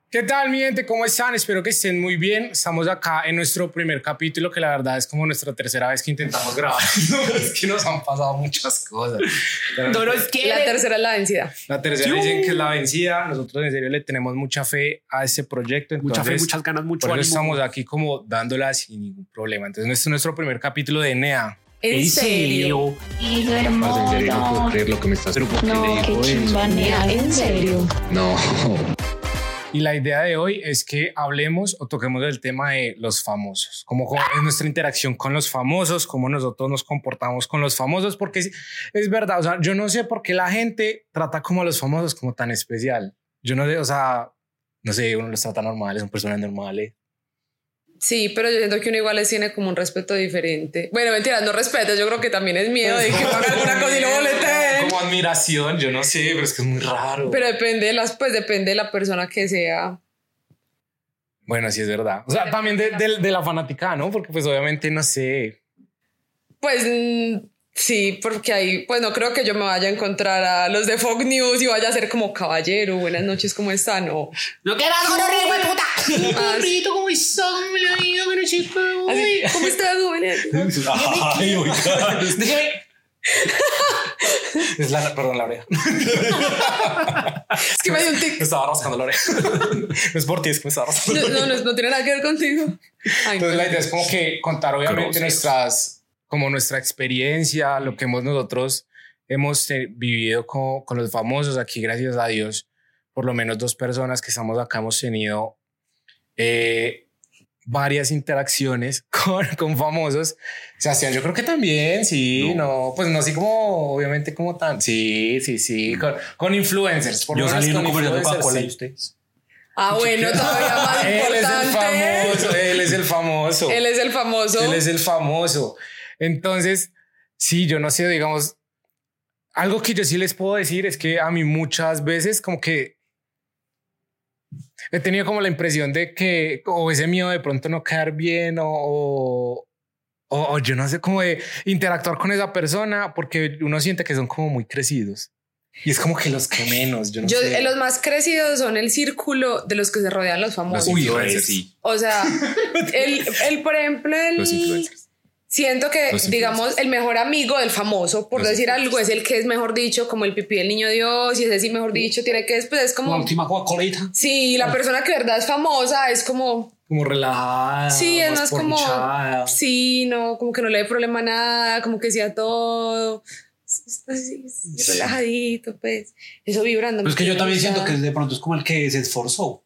¿Qué tal, mi gente? ¿Cómo están? Espero que estén muy bien. Estamos acá en nuestro primer capítulo, que la verdad es como nuestra tercera vez que intentamos grabar. Es que nos han pasado muchas cosas. No, es que la tercera es la vencida. La tercera dicen que es la vencida. Nosotros en serio le tenemos mucha fe a este proyecto. Entonces, mucha fe, muchas ganas, mucho por eso ánimo. estamos aquí como dándola sin ningún problema. Entonces, este es nuestro primer capítulo de NEA. ¿En serio? Hijo hermoso. En serio, no puedo creer lo que me estás haciendo. No, qué chimbanea, en serio. No. Y la idea de hoy es que hablemos o toquemos el tema de los famosos, cómo es nuestra interacción con los famosos, cómo nosotros nos comportamos con los famosos, porque es verdad, o sea, yo no sé por qué la gente trata como a los famosos como tan especial. Yo no sé, o sea, no sé, uno los trata normales, son personas normales. Sí, pero yo siento que uno igual les tiene como un respeto diferente. Bueno, mentira, no respeto, yo creo que también es miedo de que haga alguna cosa y lo boleteen. Como admiración, yo no sé, pero es que es muy raro. Pero depende de la persona que sea. Bueno, sí es verdad. O sea, también de la fanática, ¿no? Porque pues obviamente, no sé. Pues sí, porque ahí, pues no creo que yo me vaya a encontrar a los de Fox News y vaya a ser como caballero, buenas noches, ¿cómo están? No. ¿No qué vas, gorrito, de puta? Gorrito, ¿cómo estás? Me lo digo, pero chico. Así, ¿cómo estás, jóvenes? Ay, oiga. Déjame. Es perdón, la oreja. Es que me dio un tic. Me estaba rascando la oreja. No es por ti, es que me estaba rascando. No tiene nada que ver contigo. Ay, entonces la idea es como que contar obviamente nuestra experiencia, lo que nosotros hemos vivido con los famosos. Aquí, gracias a Dios, por lo menos 2 personas que estamos acá hemos tenido varias interacciones con famosos. Sebastián, yo creo que también, sí, no, pues no así como, obviamente como tan, sí, con influencers. Por Ah, lo menos salí en un con comercial de influencers, Coca-Cola sí. y ustedes. bueno, todavía más importante. Él es el famoso. Él es el famoso. Él es el famoso. Entonces, sí, yo no sé, digamos, algo que yo sí les puedo decir es que a mí muchas veces como que he tenido como la impresión de que, o ese miedo de pronto no quedar bien o yo no sé, cómo de interactuar con esa persona porque uno siente que son como muy crecidos. Y es como que los que menos, yo no sé. Los más crecidos son el círculo de los que se rodean los famosos. Los influencers, sí. O sea, por ejemplo, Los influencers. Siento que, digamos, el mejor amigo del famoso, por decir algo, es el que es, mejor dicho, como el pipí del niño Dios, y ese sí, mejor dicho, tiene que después es como... La última Coca-Colita. Sí, la persona que de verdad es famosa es como... Como relajada. Sí, es más como... ponchada. Sí, no, como que no le dé problema a nada, como que sea todo... Así, relajadito, pues. Eso vibrando. Pero es que yo también siento que de pronto es como el que se esforzó.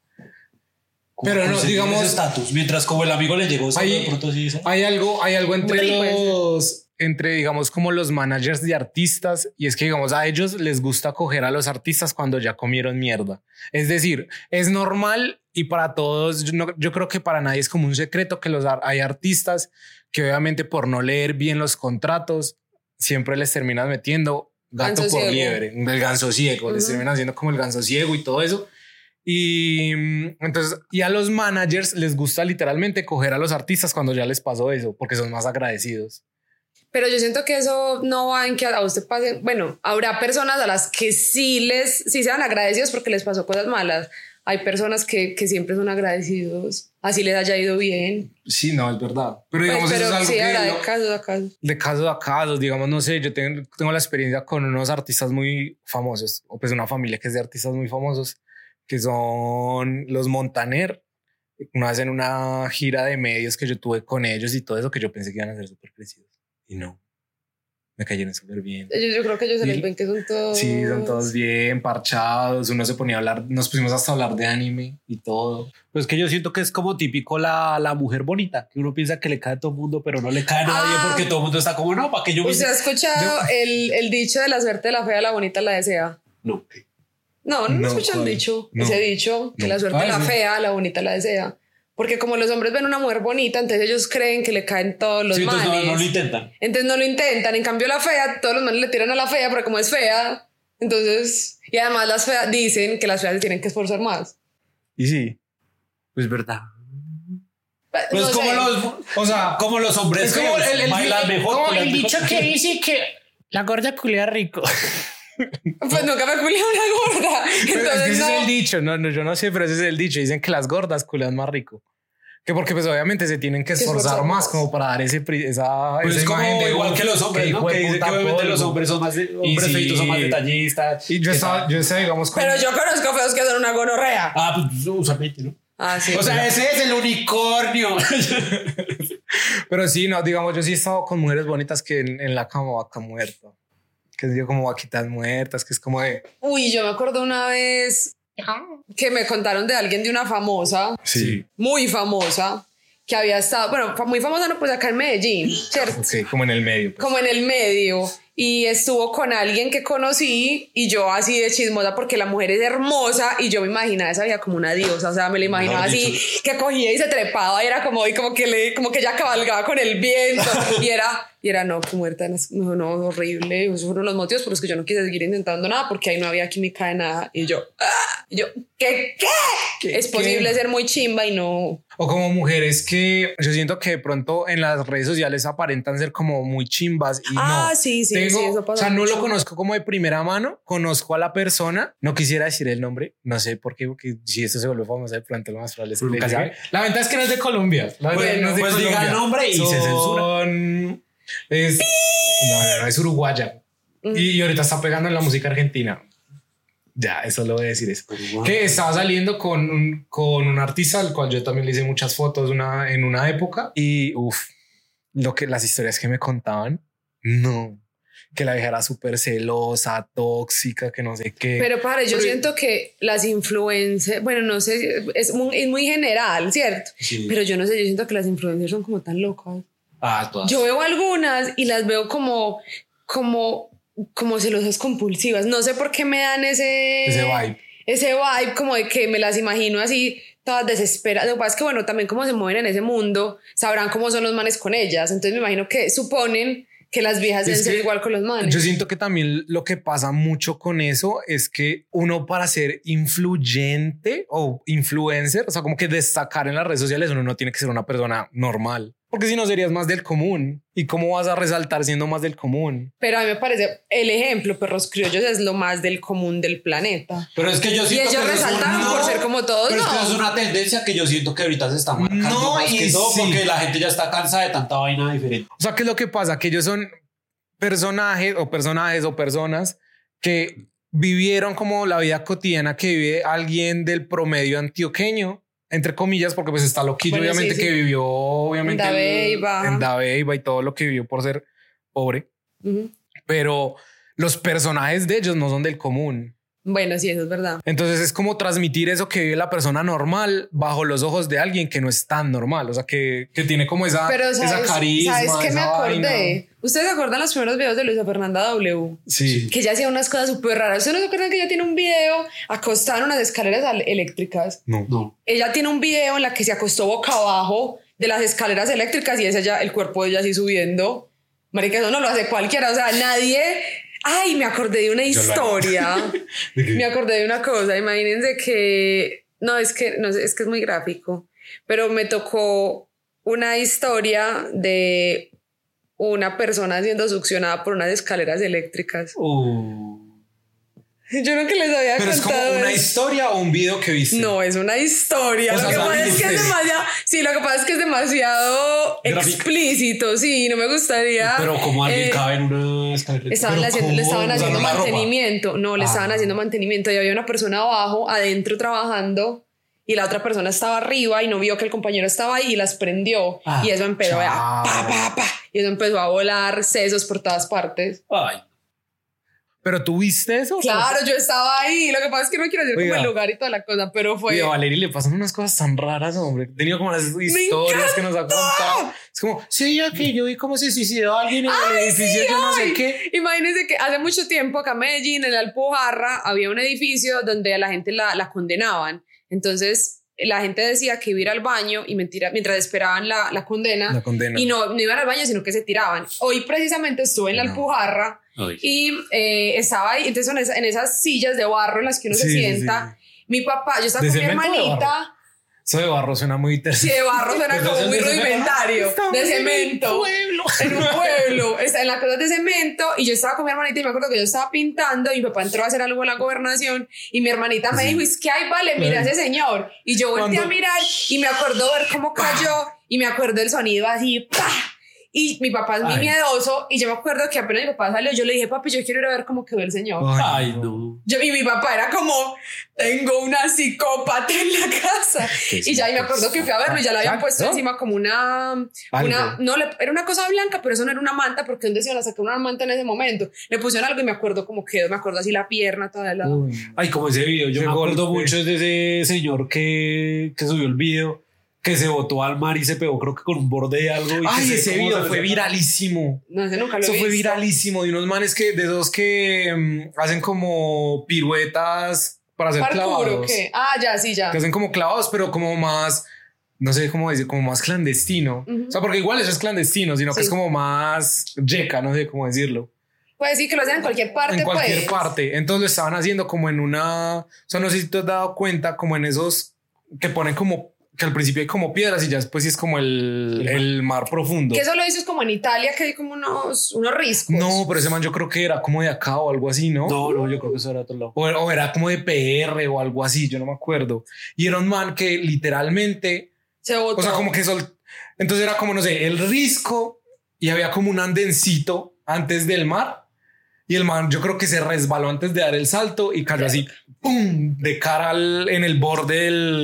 Como pero no, conseguir digamos... ese estatus, mientras como el amigo le llegó, de pronto sí. Hay algo entre Bueno, entre, digamos, como los managers de artistas, y es que, digamos, a ellos les gusta coger a los artistas cuando ya comieron mierda. Es decir, es normal y para todos, yo creo que para nadie es como un secreto que hay artistas que obviamente por no leer bien los contratos siempre les terminan metiendo gato ganso por ciego. liebre, el ganso ciego, les terminan haciendo como el ganso ciego y todo eso. Y entonces, y a los managers les gusta literalmente coger a los artistas cuando ya les pasó eso, porque son más agradecidos. Pero yo siento que eso no va en que a usted pase. Bueno, habrá personas a las que sí sean agradecidos porque les pasó cosas malas. Hay personas que siempre son agradecidos, así les haya ido bien. Sí, no, es verdad. Pero Pues, digamos, eso es algo sí, que habrá de casos a casos. de casos a casos, digamos, no sé, yo tengo la experiencia con unos artistas muy famosos, o pues una familia que es de artistas muy famosos, que son los Montaner. Una vez en una gira de medios que yo tuve con ellos y todo eso, que yo pensé que iban a ser súper crecidos. Y no, me cayeron súper bien. Yo creo que ellos se les ven que son todos... Sí, son todos bien parchados. Uno se ponía a hablar, nos pusimos hasta a hablar de anime y todo. Pues que yo siento que es como típico la mujer bonita, que uno piensa que le cae a todo el mundo, pero no le cae a nadie porque todo el mundo está como, no, para que yo... ¿Usted ha escuchado el dicho de la suerte de la fea, la bonita la desea? No. No escuchan el dicho. No. Ese dicho, que la suerte de la sí. fea, la bonita la desea. Porque como los hombres ven una mujer bonita, entonces ellos creen que le caen todos los entonces manes. no lo intentan. Entonces no lo intentan. En cambio la fea, todos los manes le tiran a la fea, pero como es fea, entonces... Y además las feas dicen que las feas se tienen que esforzar más. Y sí, Pues verdad. No Pues sé. como los hombres es como bailan mejor. Como culian el mejor. dicho que dice que la gorda culea rico. Pues nunca me culé a una gorda. Pero es que Entonces ese no. es el dicho, no, yo no sé, pero ese es el dicho. Dicen que las gordas culean más rico. Que porque pues obviamente se tienen que esforzar esforzar más más. como para dar esa Pues esa es como imagen de igual que los hombres, ¿no? hijo Que de dicen que puta obviamente polvo. los hombres son más hombres sí. feitos son más detallistas. Y yo estaba, digamos, Pero yo conozco feos que son una gonorrea. Pues usualmente, ¿no? Ah, sí. O sea, ese es el unicornio. pero sí, no, digamos, yo sí he estado con mujeres bonitas que en la cama vaca muerta. Que es como vaquitas muertas, que es como de... Uy, yo me acuerdo una vez que me contaron de alguien de una famosa, Sí. muy famosa, que había estado, bueno, muy famosa no, pues acá en Medellín, ¿cierto? Ok, como en el medio. Pues. Como en el medio, y estuvo con alguien que conocí y yo así de chismosa porque la mujer es hermosa y yo me imaginaba esa vida como una diosa, o sea, me la imaginaba así que cogía y se trepaba y era como que ella cabalgaba con el viento y era no, como muerta, no, horrible, esos fueron los motivos por los que yo no quise seguir intentando nada porque ahí no había química de nada y yo, ¿qué? Es posible ser muy chimba y no... O como mujeres que yo siento que de pronto en las redes sociales aparentan ser como muy chimbas y no. Sí, eso pasa. O sea, no mucho. lo conozco como de primera mano, conozco a la persona, no quisiera decir el nombre, no sé por qué, porque si esto se vuelve famoso de pronto lo más probable es que Nunca le sabe. diga. La ventaja es que no es de Colombia. Bueno, No es de pues diga el nombre y se censura. No, es uruguaya. Y ahorita está pegando en la música argentina. Ya, eso lo voy a decir eso. Que estaba saliendo con un artista al cual yo también le hice muchas fotos en una época y las historias que me contaban, no, que la vieja era súper celosa, tóxica, que no sé qué. Pero yo siento que las influencers, bueno, no sé, es muy general, ¿cierto? Sí. Pero yo no sé, yo siento que las influencers son como tan locas. Todas. Yo veo algunas y las veo como celosas compulsivas. No sé por qué me dan ese vibe como de que me las imagino así todas desesperadas. Lo que pasa es que bueno, también como se mueven en ese mundo, sabrán cómo son los manes con ellas. Entonces me imagino que suponen que las viejas deben ser igual con los manes. Yo siento que también lo que pasa mucho con eso es que uno para ser influyente o influencer, o sea, como que destacar en las redes sociales, uno no tiene que ser una persona normal. Porque si no serías más del común. ¿Y cómo vas a resaltar siendo más del común? Pero a mí me parece el ejemplo, Perros Criollos es lo más del común del planeta. Pero es que yo Y siento ellos que resaltaron por ser como todos, pero no. es que es una tendencia que yo siento que ahorita se está marcando No, más y que todo sí. porque la gente ya está cansada de tanta vaina diferente. O sea, ¿qué es lo que pasa? Que ellos son personajes o personas que vivieron como la vida cotidiana que vive alguien del promedio antioqueño, entre comillas, porque pues está Loquillo, Bueno, obviamente, sí. que vivió obviamente En Dabeiba y todo lo que vivió por ser pobre. Ujú. Pero los personajes de ellos no son del común. Bueno, sí, eso es verdad. Entonces es como transmitir eso que vive la persona normal bajo los ojos de alguien que no es tan normal. O sea, que tiene como esa carisma. ¿Sabes qué me esa acordé? vaina. ¿Ustedes se acuerdan los primeros videos de Luisa Fernanda W? Sí. Que ella hacía unas cosas súper raras. ¿Ustedes no se acuerdan que ella tiene un video acostada en unas escaleras eléctricas? No. Ella tiene un video en la que se acostó boca abajo de las escaleras eléctricas y es ella, el cuerpo de ella así subiendo. Marica, eso no lo hace cualquiera. O sea, nadie... Ay, me acordé de una historia. Me acordé de una cosa. Imagínense que... No sé, es que es muy gráfico. Pero me tocó una historia de una persona siendo succionada por unas escaleras eléctricas. Yo nunca les había Pero es como contado una eso. historia o un video que viste. No, es una historia. O sea, Lo que o sea, pasa es que es viste. demasiado... Sí, lo que pasa es que es demasiado Gráfico. explícito. Sí, no me gustaría... Pero como alguien cabe en una escalera. Le estaban ¿Pero cómo? haciendo ¿Usando la ropa? mantenimiento. No, le estaban haciendo mantenimiento y había una persona abajo, adentro trabajando y la otra persona estaba arriba y no vio que el compañero estaba ahí y las prendió. Y eso empezó a... Y eso empezó a volar sesos por todas partes. Ay. ¿Pero tú viste eso? Claro, yo estaba ahí. Lo que pasa es que no quiero decir como Oiga. el lugar y toda la cosa, pero fue... Oye, a Valeria le pasan unas cosas tan raras, hombre. He tenido como las historias que nos ha contado. Es como, sí, yo vi cómo se suicidó alguien en el edificio, yo no sé qué. Imagínense que hace mucho tiempo acá en Medellín, en la Alpujarra, había un edificio donde a la gente la condenaban. Entonces la gente decía que iba a ir al baño y mientras esperaban la condena. La condena. Y no iban al baño, sino que se tiraban. Hoy precisamente estuve en la Alpujarra y estaba ahí. Entonces en esas sillas de barro en las que uno se Sí, sienta, sí. mi papá, yo estaba ¿De con mi cemento o de hermanita. Eso de barro suena muy Sí, tercero. de barro suena Pues como no muy sé, rudimentario. De cemento. En un pueblo. Está en la cosa de cemento. Y yo estaba con mi hermanita y me acuerdo que yo estaba pintando. Y mi papá entró a hacer algo en la gobernación. Y mi hermanita me dijo: es que ay, vale, mira a ese señor. Y yo volteé a mirar y me acuerdo ver cómo cayó. Y me acuerdo el sonido así, ¡pah! Y mi papá es muy miedoso. Y yo me acuerdo que apenas mi papá salió, yo le dije: papi, yo quiero ir a ver cómo quedó el señor. Ay, no. Y mi papá era como: tengo una psicópata en la casa. Y ya, y me acuerdo que fui a verlo y ya le habían puesto encima como era una cosa blanca, pero eso no era una manta, porque donde se iban a sacar una manta en ese momento. Le pusieron algo y me acuerdo cómo quedó, me acuerdo así la pierna toda de lado. Ay, como ese video. Yo me acuerdo mucho de ese señor que subió el video, que se botó al mar y se pegó, creo que con un borde de algo. Ay, ese video fue viralísimo. No, ese nunca lo Eso he fue visto. viralísimo, de unos manes de esos que hacen como piruetas para hacer ¿Parkour o clavados. qué? Ah, ya, sí, ya. Que hacen como clavados, pero como más, no sé cómo decir, como más clandestino. O sea, porque igual eso es clandestino, sino que Sí. es como más yeca, no sé cómo decirlo. Pues sí, que lo hacen en cualquier parte, En cualquier pues. parte. Entonces lo estaban haciendo como en una, o sea, no sé si te has dado cuenta, como en esos que ponen como, que al principio hay como piedras y ya después sí es como el mar profundo. Que eso lo hizo como en Italia, que hay como unos riscos. No, pero ese man yo creo que era como de acá o algo así, ¿no? No, yo creo que eso era otro lado. O era como de PR o algo así, yo no me acuerdo. Y era un man que literalmente, Se botó. o sea, como que entonces era como, no sé, el risco y había como un andencito antes del mar. Y el man, yo creo que se resbaló antes de dar el salto y cayó así, ¡pum! De cara en el borde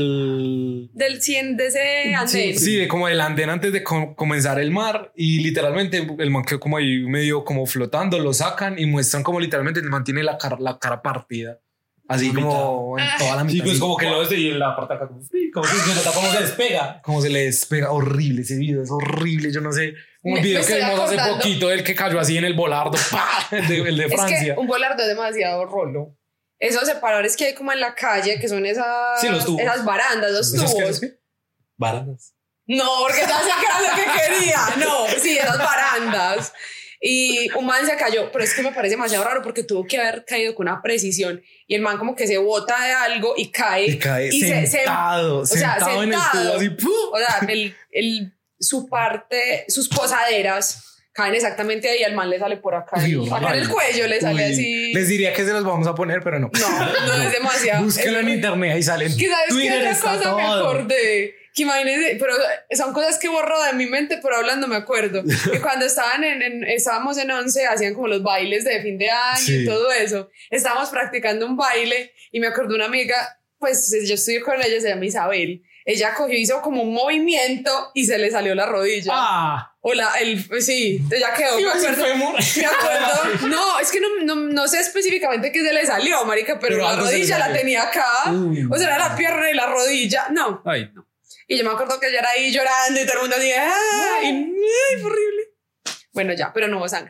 Del 100 de ese andén. Sí, de como del andén antes de comenzar el mar. Y literalmente el man quedó como ahí medio como flotando, lo sacan y muestran como literalmente el man tiene la cara partida. Así como en toda la mitad. Sí, pues así. como que lo ves y en la parte acá como que se nota cómo se despega. Como se le despega. Horrible ese video, es horrible. Yo no sé. Un Me video que estoy vimos hace acordando. poquito, el que cayó así en el volardo. ¡Pah! El de Francia. Es que un volardo es demasiado rolo. Esos separadores que hay como en la calle, que son esas, Sí, los tubos. esas barandas, los ¿Esos qué tubos. es? Baranas. No, porque ya sé que era lo que quería. No, sí, esas barandas. Y un man se cayó, pero es que me parece demasiado raro porque tuvo que haber caído con una precisión. Y el man como que se bota de algo y cae. Y cae se- sentado, o sea, sentado en el tubo así. ¡pum! O sea, su parte, sus posaderas caen exactamente ahí. Al man le sale por acá. Uy, Acá en el cuello le sale Uy, así. Les diría que se los vamos a poner, pero no. No es demasiado. Búsquelo en internet, ahí salen. Que sabes Twitter que otra está cosa me todo. acordé. Que imagínense, pero son cosas que borro de mi mente, pero hablando me acuerdo. Que cuando estábamos en 11, hacían como los bailes de fin de año Sí. y todo eso. Estábamos practicando un baile y me acuerdo una amiga, pues yo estudié con ella, se llama Isabel. Ella cogió, hizo como un movimiento y se le salió la rodilla. O sí, ya quedó. Me acuerdo. No, es que no sé específicamente qué se le salió, marica, pero la algo se le rodilla la salió. tenía acá. Uy, O sea, era la pierna y la rodilla. No. Ay, no. Y yo me acuerdo que ella era ahí llorando y todo el mundo así, ¡ay! Fue horrible. Bueno, ya, pero no hubo sangre.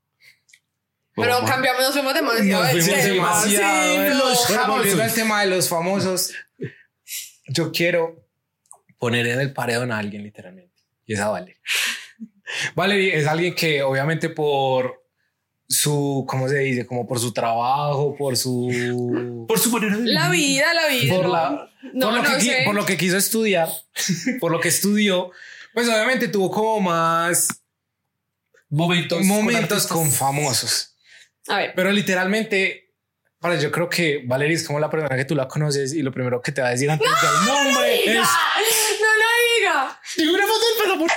Pero Bueno, cambiamos, nos fuimos demasiado. Nos del fuimos tema. demasiado. Sí, de no. los famosos. Volviendo al tema de los famosos, yo quiero poner en el paredón a alguien literalmente. Y es a Valerie. Valerie es alguien que obviamente por su, ¿cómo se dice? Como por su trabajo, por su manera de La vida. por, No, por lo que quiso estudiar, por lo que estudió, pues obviamente tuvo como más momentos con famosos. A ver, Pero literalmente, yo creo que Valerie es como la persona que tú la conoces y lo primero que te va a decir antes del nombre es no lo diga. "Tengo una foto del pelo por-".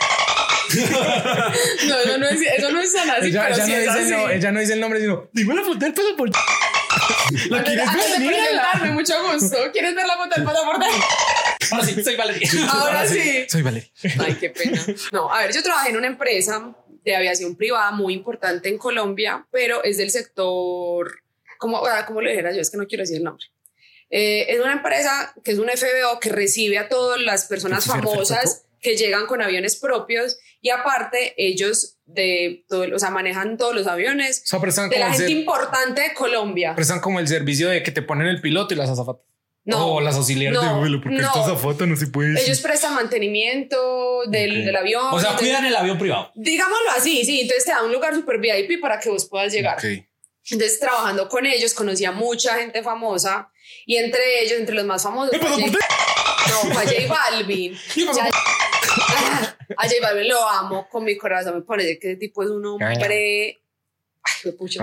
No, eso no es tan así, Ella pero no sí es dice así. no, ella no dice el nombre, sino "Tengo una foto del pelo por-". ¿La quieres Antes ver? de Mírala. presentarme, mucho gusto. ¿Quieres ver la foto del pasaporte? Ahora sí, soy Valeria. Ahora sí. Soy Valerie. Ay, qué pena. No, a ver, yo trabajé en una empresa de aviación privada muy importante en Colombia, pero es del sector, como lo dijera yo, es que no quiero decir el nombre. Es una empresa que es un FBO que recibe a todas las personas famosas que llegan con aviones propios y aparte ellos manejan todos los aviones O sea, prestan de la como, gente importante de Colombia. prestan como el servicio de que te ponen el piloto y las azafatas. No, o las auxiliares no, de vuelo, porque no. esta azafata no se puede decir. Ellos prestan mantenimiento del avión. O sea, entonces, cuidan el avión privado. digámoslo así, sí. Entonces te da un lugar super VIP para que vos puedas llegar. Ok. Entonces, trabajando con ellos, conocí a mucha gente famosa y entre ellos, entre los más famosos, No, fue a J Balvin. A J Balvin lo amo con mi corazón. Me parece que ese tipo es un hombre. Ay, me pucho.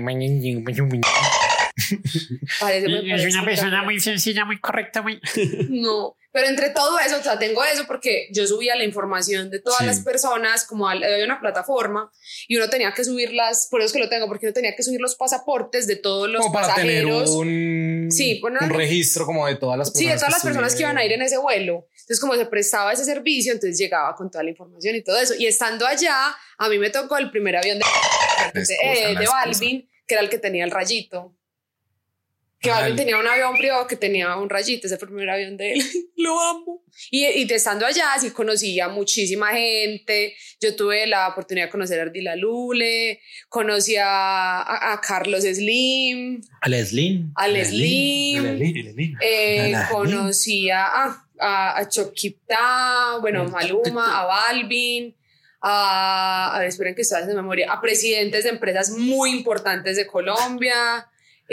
Es una persona muy sencilla, muy correcta, muy... No, pero entre todo eso, o sea, tengo eso porque yo subía la información de todas las personas, como había una plataforma y uno tenía que subirlas, por eso es que lo tengo, porque uno tenía que subir los pasaportes de todos los como para pasajeros. tener un registro como de todas las personas. Sí, de todas las personas que iban a ir en ese vuelo. Entonces, como se prestaba ese servicio, entonces llegaba con toda la información y todo eso. Y estando allá, a mí me tocó el primer avión de Balvin, que era el que tenía el rayito. Que Balvin tenía un avión privado que tenía un rayito, ese fue el primer avión de él. Lo amo. Y estando allá, sí conocí a muchísima gente. Yo tuve la oportunidad de conocer a Ardila Lule, conocí a Carlos Slim. Conocí a Chokipta, bueno, Maluma, a Balvin. A ver, esperen que estoy haciendo memoria. A presidentes de empresas muy importantes de Colombia.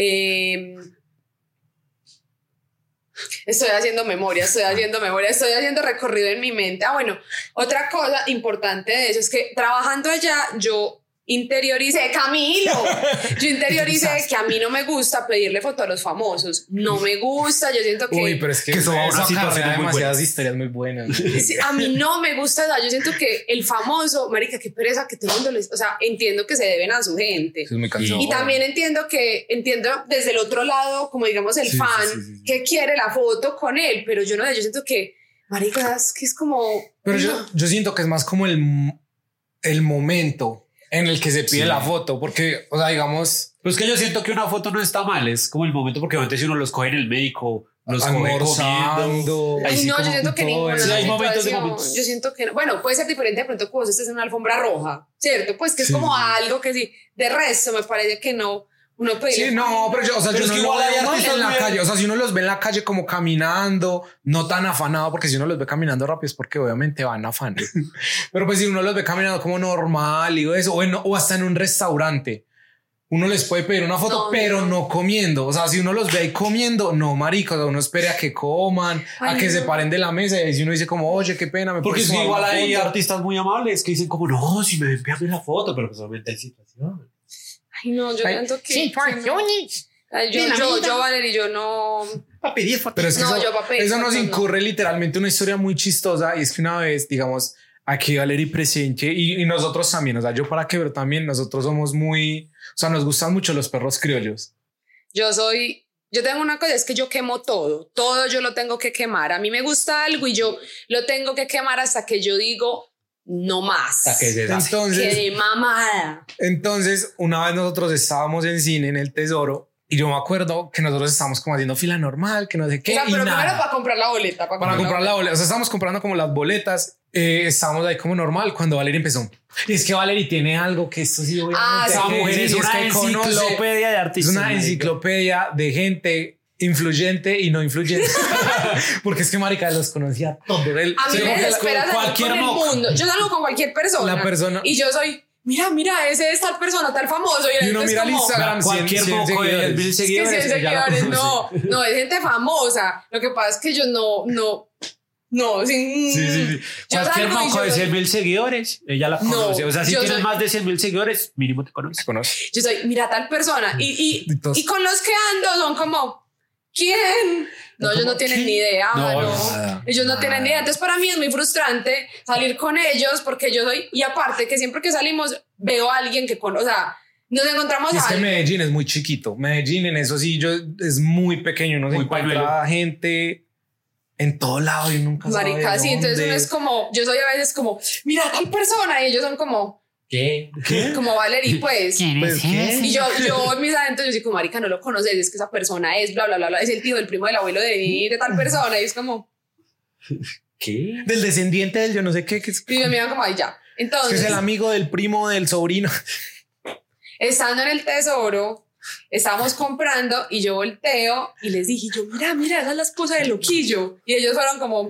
Estoy haciendo memoria, estoy haciendo recorrido en mi mente. Bueno, otra cosa importante de eso es que trabajando allá yo interioricé, Camilo, que a mí no me gusta pedirle foto a los famosos, no me gusta, yo siento que... Uy, pero es que eso acarrea demasiadas historias muy buenas. Sí, a mí no me gusta, yo siento que el famoso, marica, qué pereza que todo el mundo les... O sea, entiendo que se deben a su gente. Eso es muy cansado. Y también entiendo desde el otro lado, como digamos el fan, que quiere la foto con él, pero yo siento que, marica, es que es como... Pero yo siento que es más como el momento en el que se pide la foto, porque, o sea, digamos... Pues que yo siento que una foto no está mal, es como el momento, porque antes si uno los coge en el médico, los coge comiendo. Ay, no, yo siento que ninguna. Sí, hay momentos de momentos. Yo siento que no. Bueno, puede ser diferente de pronto cuando vos estés en una alfombra roja, ¿cierto? Pues que es como algo que sí. De resto, me parece que no. Uno puede sí, no, pero yo no lo veo en la calle. O sea, si uno los ve en la calle como caminando, no tan afanado, porque si uno los ve caminando rápido es porque obviamente van afanar. Pero pues si uno los ve caminando como normal y eso, o hasta en un restaurante, uno les puede pedir una foto, pero no comiendo. O sea, si uno los ve ahí comiendo, no, marico, o sea, uno espera a que coman, que se paren de la mesa y si uno dice como, oye, qué pena. Porque si igual hay artistas muy amables que dicen como, no, si me ven, pídame la foto, pero pues obviamente hay situación. Ay, no, yo siento que... Sí, yo, Valeria, yo no... Para pedir fotos. Pero es que eso nos incurre literalmente una historia muy chistosa y es que una vez, digamos, aquí Valeria presente y nosotros también, o sea, yo para que ver también, nosotros somos muy... O sea, nos gustan mucho los perros criollos. Yo tengo una cosa, es que yo quemo todo yo lo tengo que quemar. A mí me gusta algo y yo lo tengo que quemar hasta que yo digo... No más. Entonces, qué mamada. Entonces, una vez nosotros estábamos en cine en el Tesoro y yo me acuerdo que nosotros estábamos como haciendo fila normal, que no sé qué. O sea, pero primero para comprar la boleta. Para comprar la boleta. O sea, estábamos comprando como las boletas. Estábamos ahí como normal cuando Valeria empezó. Y es que Valeria tiene algo que esto sí, obviamente. Esa mujer es una enciclopedia de artistas. Es una enciclopedia de gente influyente y no influyente. Porque es que marica los conocía todos. A mí me desespera cualquier con el mundo. Yo salgo con cualquier persona. Y yo soy, mira, ese es tal persona, tal famoso. Y uno mira el Instagram, cualquier moco de 1000 seguidores. Es que 100 seguidores, no, es gente famosa. Lo que pasa es que yo no. Sí. Cualquier moco de 100,000 seguidores, ella la conoce. O sea, si tienes más de 100,000 seguidores, mínimo te conoce. Yo soy, mira, tal persona. Y con los que ando son como... ¿Quién? No, ellos no tienen ni idea, ellos no tienen ni idea. Entonces para mí es muy frustrante salir con ellos porque yo soy, y aparte que siempre que salimos veo a alguien que o sea, nos encontramos a alguien. Que Medellín es muy chiquito. Medellín en eso sí, es muy pequeño. Uno se encuentra gente en todo lado y nunca sabe marica, sí, entonces uno es como, yo soy a veces como, mira tal persona y ellos son como... ¿Qué? Como Valeria, pues. ¿Qué? Y yo en mis adentros, yo digo, marica, no lo conoces, es que esa persona es bla, bla, bla, es el tío del primo del abuelo de tal persona. Y es como... ¿Qué? Del descendiente del yo no sé qué. Y me miran como, ahí ya. Entonces... Es el amigo del primo del sobrino. Estando en el Tesoro, estábamos comprando y yo volteo y les dije, mira, esa es la esposa de Loquillo. Y ellos fueron como...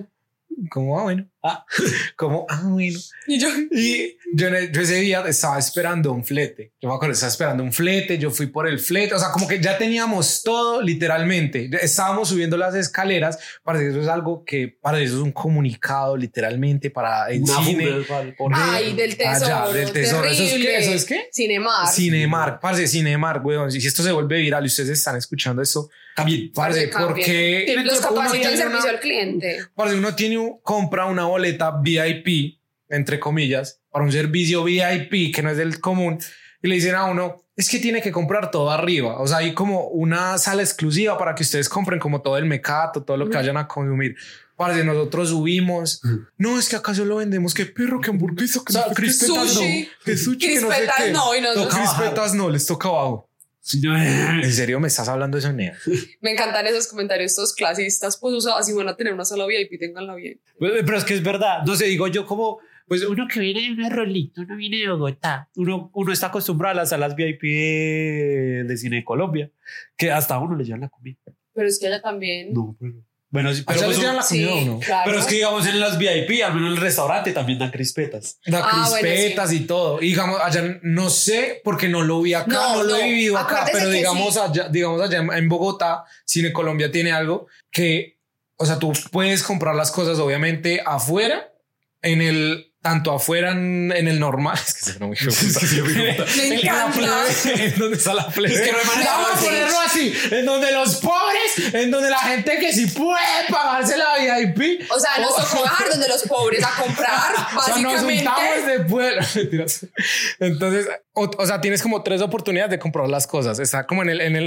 Como, bueno. Como, bueno. Y yo Ese día estaba esperando un flete. Yo me acuerdo, estaba esperando un flete. Yo fui por el flete. O sea, como que ya teníamos todo, literalmente. Estábamos subiendo las escaleras. Para eso es algo que, para eso es un comunicado, literalmente, para el cine. Ay, del tesoro. Allá, del tesoro. Terrible. ¿Eso es qué? Cinemark, Parce, Cinemark, weón. Si esto se vuelve viral y ustedes están escuchando eso, cambien. Parce, porque los capacitan servicio al cliente. Parce, uno compra una boleta VIP, entre comillas, para un servicio VIP que no es del común, y le dicen a uno, es que tiene que comprar todo arriba. O sea, hay como una sala exclusiva para que ustedes compren como todo el mecato, todo lo que vayan a consumir. Parce, nosotros subimos. No, es que acaso lo vendemos. Qué perro, qué hamburguesa, que crispetas no. Que sushi, que no sé qué. No, y nosotros crispetas no, les toca abajo. ¿En serio me estás hablando de eso, Nea? Me encantan esos comentarios, estos clasistas. Pues, o sea, si van a tener una sala VIP, ténganla bien. Pero es que es verdad. No sé, digo yo como... Pues uno que viene de una rolita, uno viene de Bogotá. Uno está acostumbrado a las salas VIP de cine de Colombia, que hasta a uno le llevan la comida. Pero es que allá también. No, bueno, sí, pero pues, le llevan la comida sí, uno. Claro. Pero es que digamos en las VIP, al menos en el restaurante también dan crispetas. Da crispetas, bueno, sí. Y todo. Y digamos, allá no sé, porque no lo vi acá, no lo he vivido acá, pero digamos, allá en Bogotá, Cine Colombia tiene algo que, o sea, tú puedes comprar las cosas obviamente afuera, tanto afuera en el normal. Es que se no me Me encanta. En donde está la plebe. Es que no hay manera vamos a ponerlo así. En donde los pobres, en donde la gente que sí puede pagarse la VIP. O sea, nos tocó bajar donde los pobres a comprar, básicamente. O sea, nos juntamos después. Entonces, o sea, tienes como 3 oportunidades de comprar las cosas. Está como en el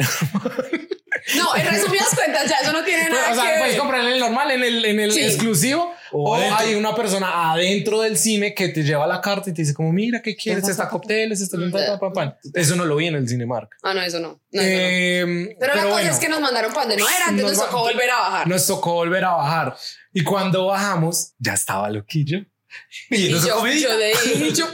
No, en resumidas cuentas, ya eso no tiene nada o sea, que ver. puedes comprar en el normal, en el Sí. exclusivo, o hay una persona adentro del cine que te lleva la carta y te dice como, mira, ¿qué quieres? Está cócteles, está Eso no lo vi en el Cinemark. No, eso no. Pero la cosa bueno, es que nos mandaron para donde no era, entonces nos tocó volver a bajar. Nos tocó volver a bajar. Y cuando bajamos, ya estaba Loquillo. Y yo le dije,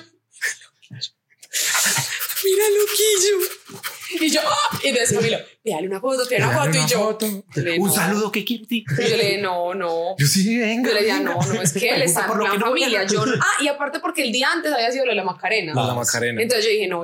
mira Loquillo. Y yo, y entonces Camilo, déjale una foto, y yo. Un saludo que quiero. Y yo le dije, no. Yo sí, venga. Yo le dije, no, es que él está en plan familia. Yo, y aparte porque el día antes había sido lo de la Macarena. La Macarena. Entonces yo dije, no.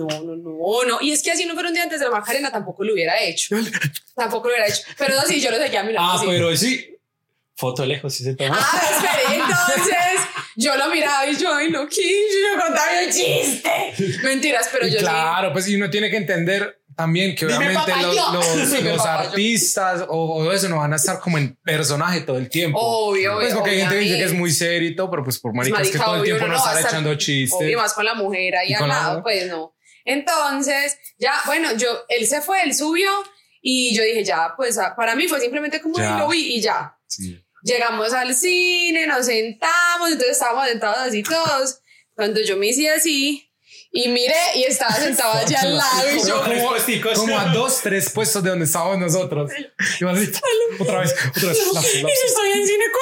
Y es que así no fuera un día antes de la Macarena, tampoco lo hubiera hecho. Pero así yo lo seguía mirando. Pero sí. Foto lejos, sí se toma. Espere, entonces yo lo miraba y yo, ay, Loquillo, yo contaba el chiste. Mentiras, pero yo claro, pues y uno tiene que entender también que obviamente los artistas o eso no van a estar como en personaje todo el tiempo. Obvio, pues porque hay gente que dice que es muy serio y todo, pero pues por maricas que todo el tiempo no estar echando chistes. Y más con la mujer ahí al lado, pues no. Entonces, ya, bueno, él se fue, él subió y yo dije, ya, pues para mí fue simplemente como lo vi y ya. Sí. Llegamos al cine, nos sentamos, entonces estábamos sentados así todos. Cuando yo me hice así y miré y estaba sentado allá al lado y yo como a 2-3 puestos de donde estábamos nosotros. Y otra vez. Y yo estoy en cine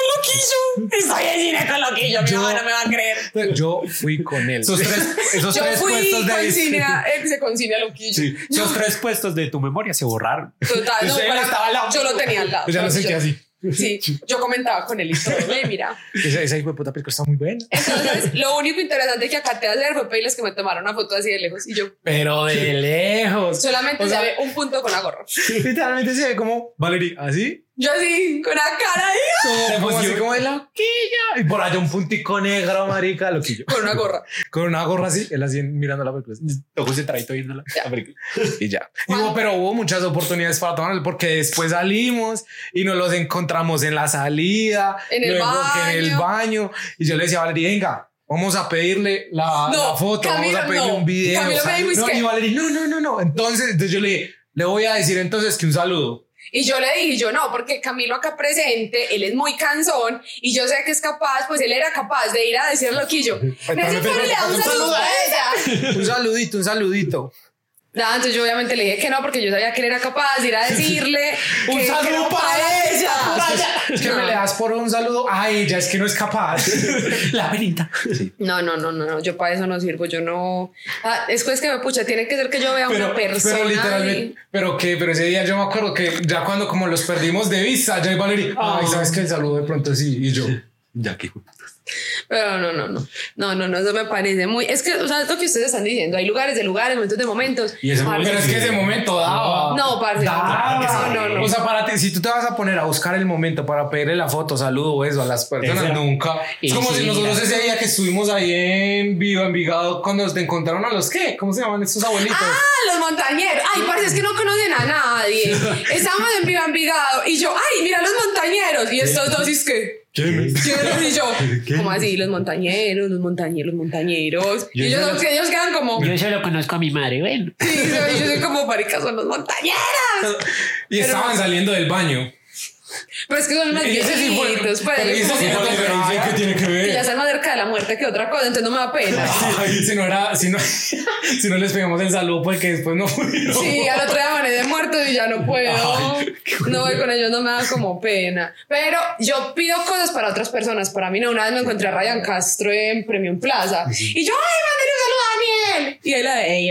con Loquillo. Mi mamá no me va a creer. Yo fui con él. Esos tres puestos de con cine a Loquillo. Sí. Esos 3 puestos de tu memoria se borraron. Total, yo lo tenía al lado. Ya lo sentí así. Sí, yo comentaba con él y todo, mira. Esa hijo de puta película está muy buena. Entonces, lo único interesante que acaté a hacer fue pedirles que me tomaran una foto así de lejos y yo. Pero de lejos. Solamente se ve un punto con la gorra. Literalmente se ve como Valerie, así. Yo así, con la cara ahí. Como así como de Loquillo. Y por allá un puntico negro, marica, Loquillo. Con una gorra. Con una gorra así, él así mirando la película. Tocó ese traito viendo la película. Y ya. Pero hubo muchas oportunidades para tomarlo porque después salimos y nos los encontramos en la salida. En el baño. Y yo le decía a Valerie, venga, vamos a pedirle la foto, Camilo, vamos a pedirle un video. Camilo me dijo, y Valerie, no. Entonces yo le voy a decir entonces que un saludo. Y yo le dije, no, porque Camilo acá presente, él es muy cansón y yo sé que es capaz, pues él era capaz de ir a decir Loquillo. Necesito le da un saludo a ella. Un saludito. Entonces yo obviamente le dije que no, porque yo sabía que él era capaz de ir a decirle un saludo para ella. Es que no. me le das por un saludo a ella, es que no es capaz. La penita. Sí. No, yo para eso no sirvo, yo no. Después que me pucha, tiene que ser que yo vea a una persona. Pero literalmente, pero ese día yo me acuerdo que ya cuando como los perdimos de vista, ya Valerie, ay, sabes que el saludo de pronto sí, y yo. Ya que... Pero no, eso me parece muy... Es que, o sea, es lo que ustedes están diciendo. Hay lugares de lugares, momentos de momentos. Y ese Pero es que ese momento daba. No, parce. No. O sea, para ti, si tú te vas a poner a buscar el momento para pedirle la foto, saludo o eso a las personas, Exacto. nunca. Es como si nosotros ese día que estuvimos ahí en Viva, Envigado, cuando nos encontraron a los ¿qué? ¿Cómo se llaman estos abuelitos? Los montañeros. Ay, parce, es que no conocen a nadie. Estábamos en Viva Envigado y yo, ay, mira los montañeros. Y estos dos, es que... ¿Quiénes? Y yo, ¿cómo así? Los montañeros. Y ellos quedan como... Yo solo conozco a mi madre, bueno. Sí, yo soy como, marica, son los montañeros. Y estaban saliendo del baño. Pero es que son más Y ese sí fue- viejitos, pues. pero ese como sí que fue no- la diferencia que tiene que ver. Y ya están más cerca de la muerte que otra cosa, entonces no me da pena. Ay, si no les pegamos el saludo porque después no pudieron. Sí, al otro día amanecí muerto y ya no puedo. No voy con ellos, no me da como pena. Pero yo pido cosas para otras personas. Para mí no. Una vez me encontré a Ryan Castro en Premium Plaza. Y yo, ay, mándale un saludo a Daniel. Y él,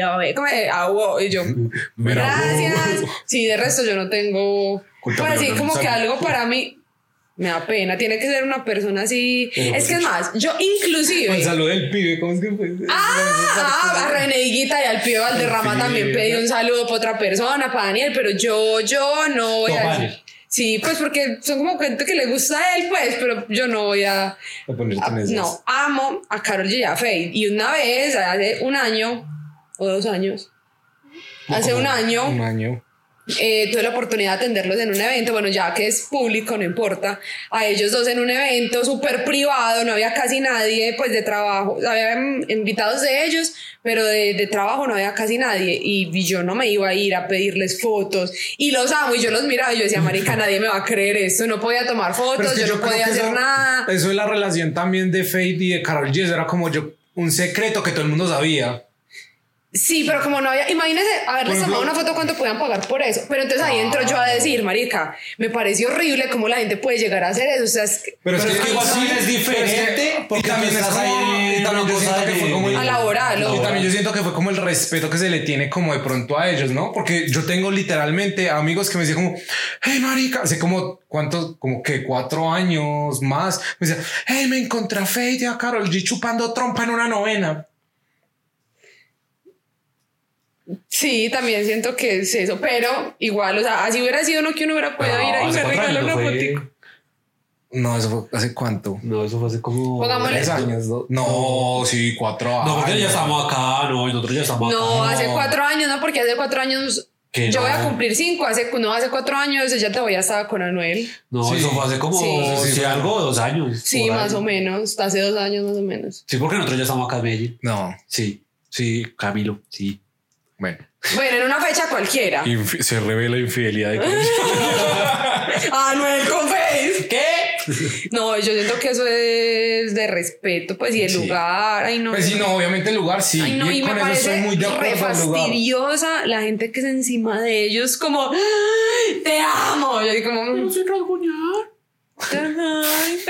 wow. Y yo, gracias. Sí, de resto yo no tengo... Pues así como que algo para mí... Me da pena, tiene que ser una persona así. Es que es más, yo inclusive... El saludo del pibe, ¿cómo es que fue? a René Higuita y al Pío Valderrama también pedí un saludo para otra persona, para Daniel, pero yo no voy a decir. Sí, pues porque son como gente que le gusta a él, pues, pero yo no voy a no, amo a Karol G y a Feid. Y una vez, hace un año o 2 años, un año, tuve la oportunidad de atenderlos en un evento, bueno, ya que es público, no importa, a ellos dos en un evento súper privado, no había casi nadie, pues de trabajo, había invitados de ellos, pero de trabajo no había casi nadie, y yo no me iba a ir a pedirles fotos, y los amo, y yo los miraba, y yo decía, marica, nadie me va a creer esto, no podía tomar fotos, yo no podía hacer nada. Eso es la relación también de Feid y de Karol G, eso era como un secreto que todo el mundo sabía. Sí, pero como no había, imagínense haberles tomado una foto, ¿cuánto podían pagar por eso? Pero entonces ahí entro yo a decir, marica, me pareció horrible cómo la gente puede llegar a hacer eso, o sea, pero es que igual sí es diferente, porque también estás ahí en una cosa que fue como a laboral. Y también yo siento que fue como el respeto que se le tiene como de pronto a ellos, ¿no? Porque yo tengo literalmente amigos que me decían como, hey, marica, hace como, ¿cuántos? Como que 4 años más, me decían, hey, me encontré a Feid y a Karol G chupando trompa en una novena. Sí, también siento que es eso, pero igual, o sea, así hubiera sido, no que uno hubiera podido ir ahí y me regaló una fotico. No, eso fue ¿hace cuánto? No, eso fue hace como... Pongámosle 3 años. No, sí, 4 años. Nosotros ya estamos acá, nosotros ya estamos acá. No, hace 4 años, no, porque hace 4 años Que yo no. voy a cumplir 5, hace 4 años ya te voy a estar con Anuel. No, Sí. eso fue hace como, Sí. si algo, 2 años. Sí, por ahí. más o menos, hace 2 años más o menos. Sí, porque nosotros ya estamos acá en Medellín. No, Sí, Camilo, sí. bueno. Bueno, en una fecha cualquiera. Se revela infidelidad de Anuel con Face. ¿Qué? No, yo siento que eso es de respeto, pues, y el Sí. lugar. Ay, no. Pues sí, no, obviamente el lugar sí. Ay, no, y me con eso parece estoy muy de re acuerdo al lugar. fastidiosa la gente que es encima de ellos, como, ¡ay, te amo! Yo digo, como, Sin rasguñar. ay,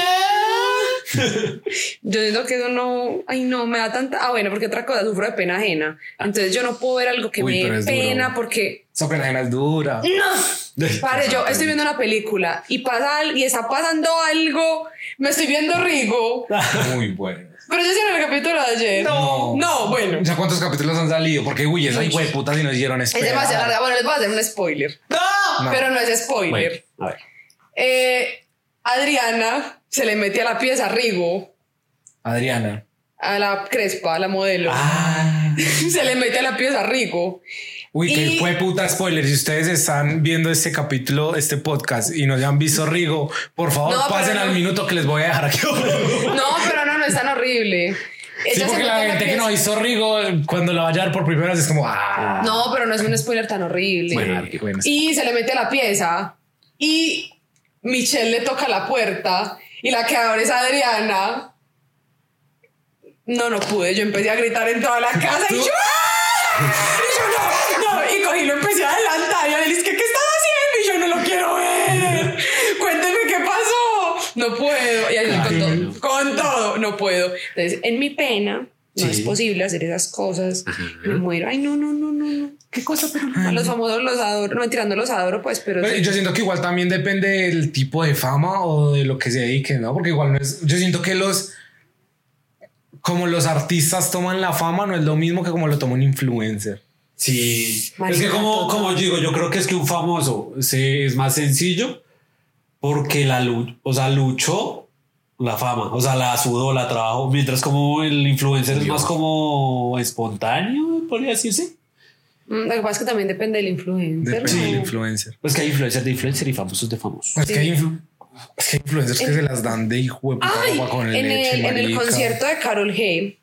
yo siento que eso no, ay, no, me da tanta. Ah, bueno, porque otra cosa, sufro de pena ajena. Entonces yo no puedo ver algo que Uy, me pero dé es pena duro. porque. Esa pena ajena es dura. ¡No! Pare, yo estoy viendo una película y está pasando algo. Me estoy viendo Rigo. Muy bueno. Pero yo en el capítulo de ayer. No, bueno. ¿Ya cuántos capítulos han salido? Porque, uy, esa hijo de puta si nos dieron Es demasiado larga. Bueno, les voy a hacer un spoiler. No. Pero no es spoiler. Bueno, a ver. Adriana se le mete a la pieza a Rigo, Adriana. a la Crespa, a la modelo. Se le mete a la pieza a Rigo. Uy, qué hijo de puta spoiler. Si ustedes están viendo este capítulo, este podcast y no ya han visto Rigo, por favor, No, pasen pero al no. minuto que les voy a dejar aquí. No, pero no es tan horrible. Sí, Ella se porque mete la a gente que pieza. no hizo Rigo, cuando la vaya a ver por primera vez es como, No, pero no es un spoiler tan horrible. Bueno, Y se le mete a la pieza y Michelle le toca la puerta y la que abre es Adriana. No pude. Yo empecé a gritar en toda la casa y yo, ¡ah! Y yo no. Y cogí y lo empecé a adelantar y a él es que, ¿qué estás haciendo? Y yo no lo quiero ver. Cuénteme qué pasó. No puedo. Y ahí con todo, no puedo. Entonces, en mi pena, No es posible hacer esas cosas. Me muero. Ay, no. ¿Qué cosa? Pero a los famosos los adoro. No, mentira, no los adoro, pues, pero sí. Yo siento que igual también depende del tipo de fama o de lo que se dediquen, ¿no? Porque igual no es... Yo siento que como los artistas toman la fama, no es lo mismo que como lo toma un influencer. Sí. Marica, es que como digo, yo creo que es que un famoso es más sencillo porque luchó la fama, o sea, la sudó, la trabajó, mientras como el influencer es más como espontáneo, podría decirse. Lo que pasa es que también depende del influencer. Depende del influencer. Pues que hay influencers de influencer y famosos de famosos. Es que hay influencers que se las dan de hijo de puta ropa con el leche, en el concierto de Karol G,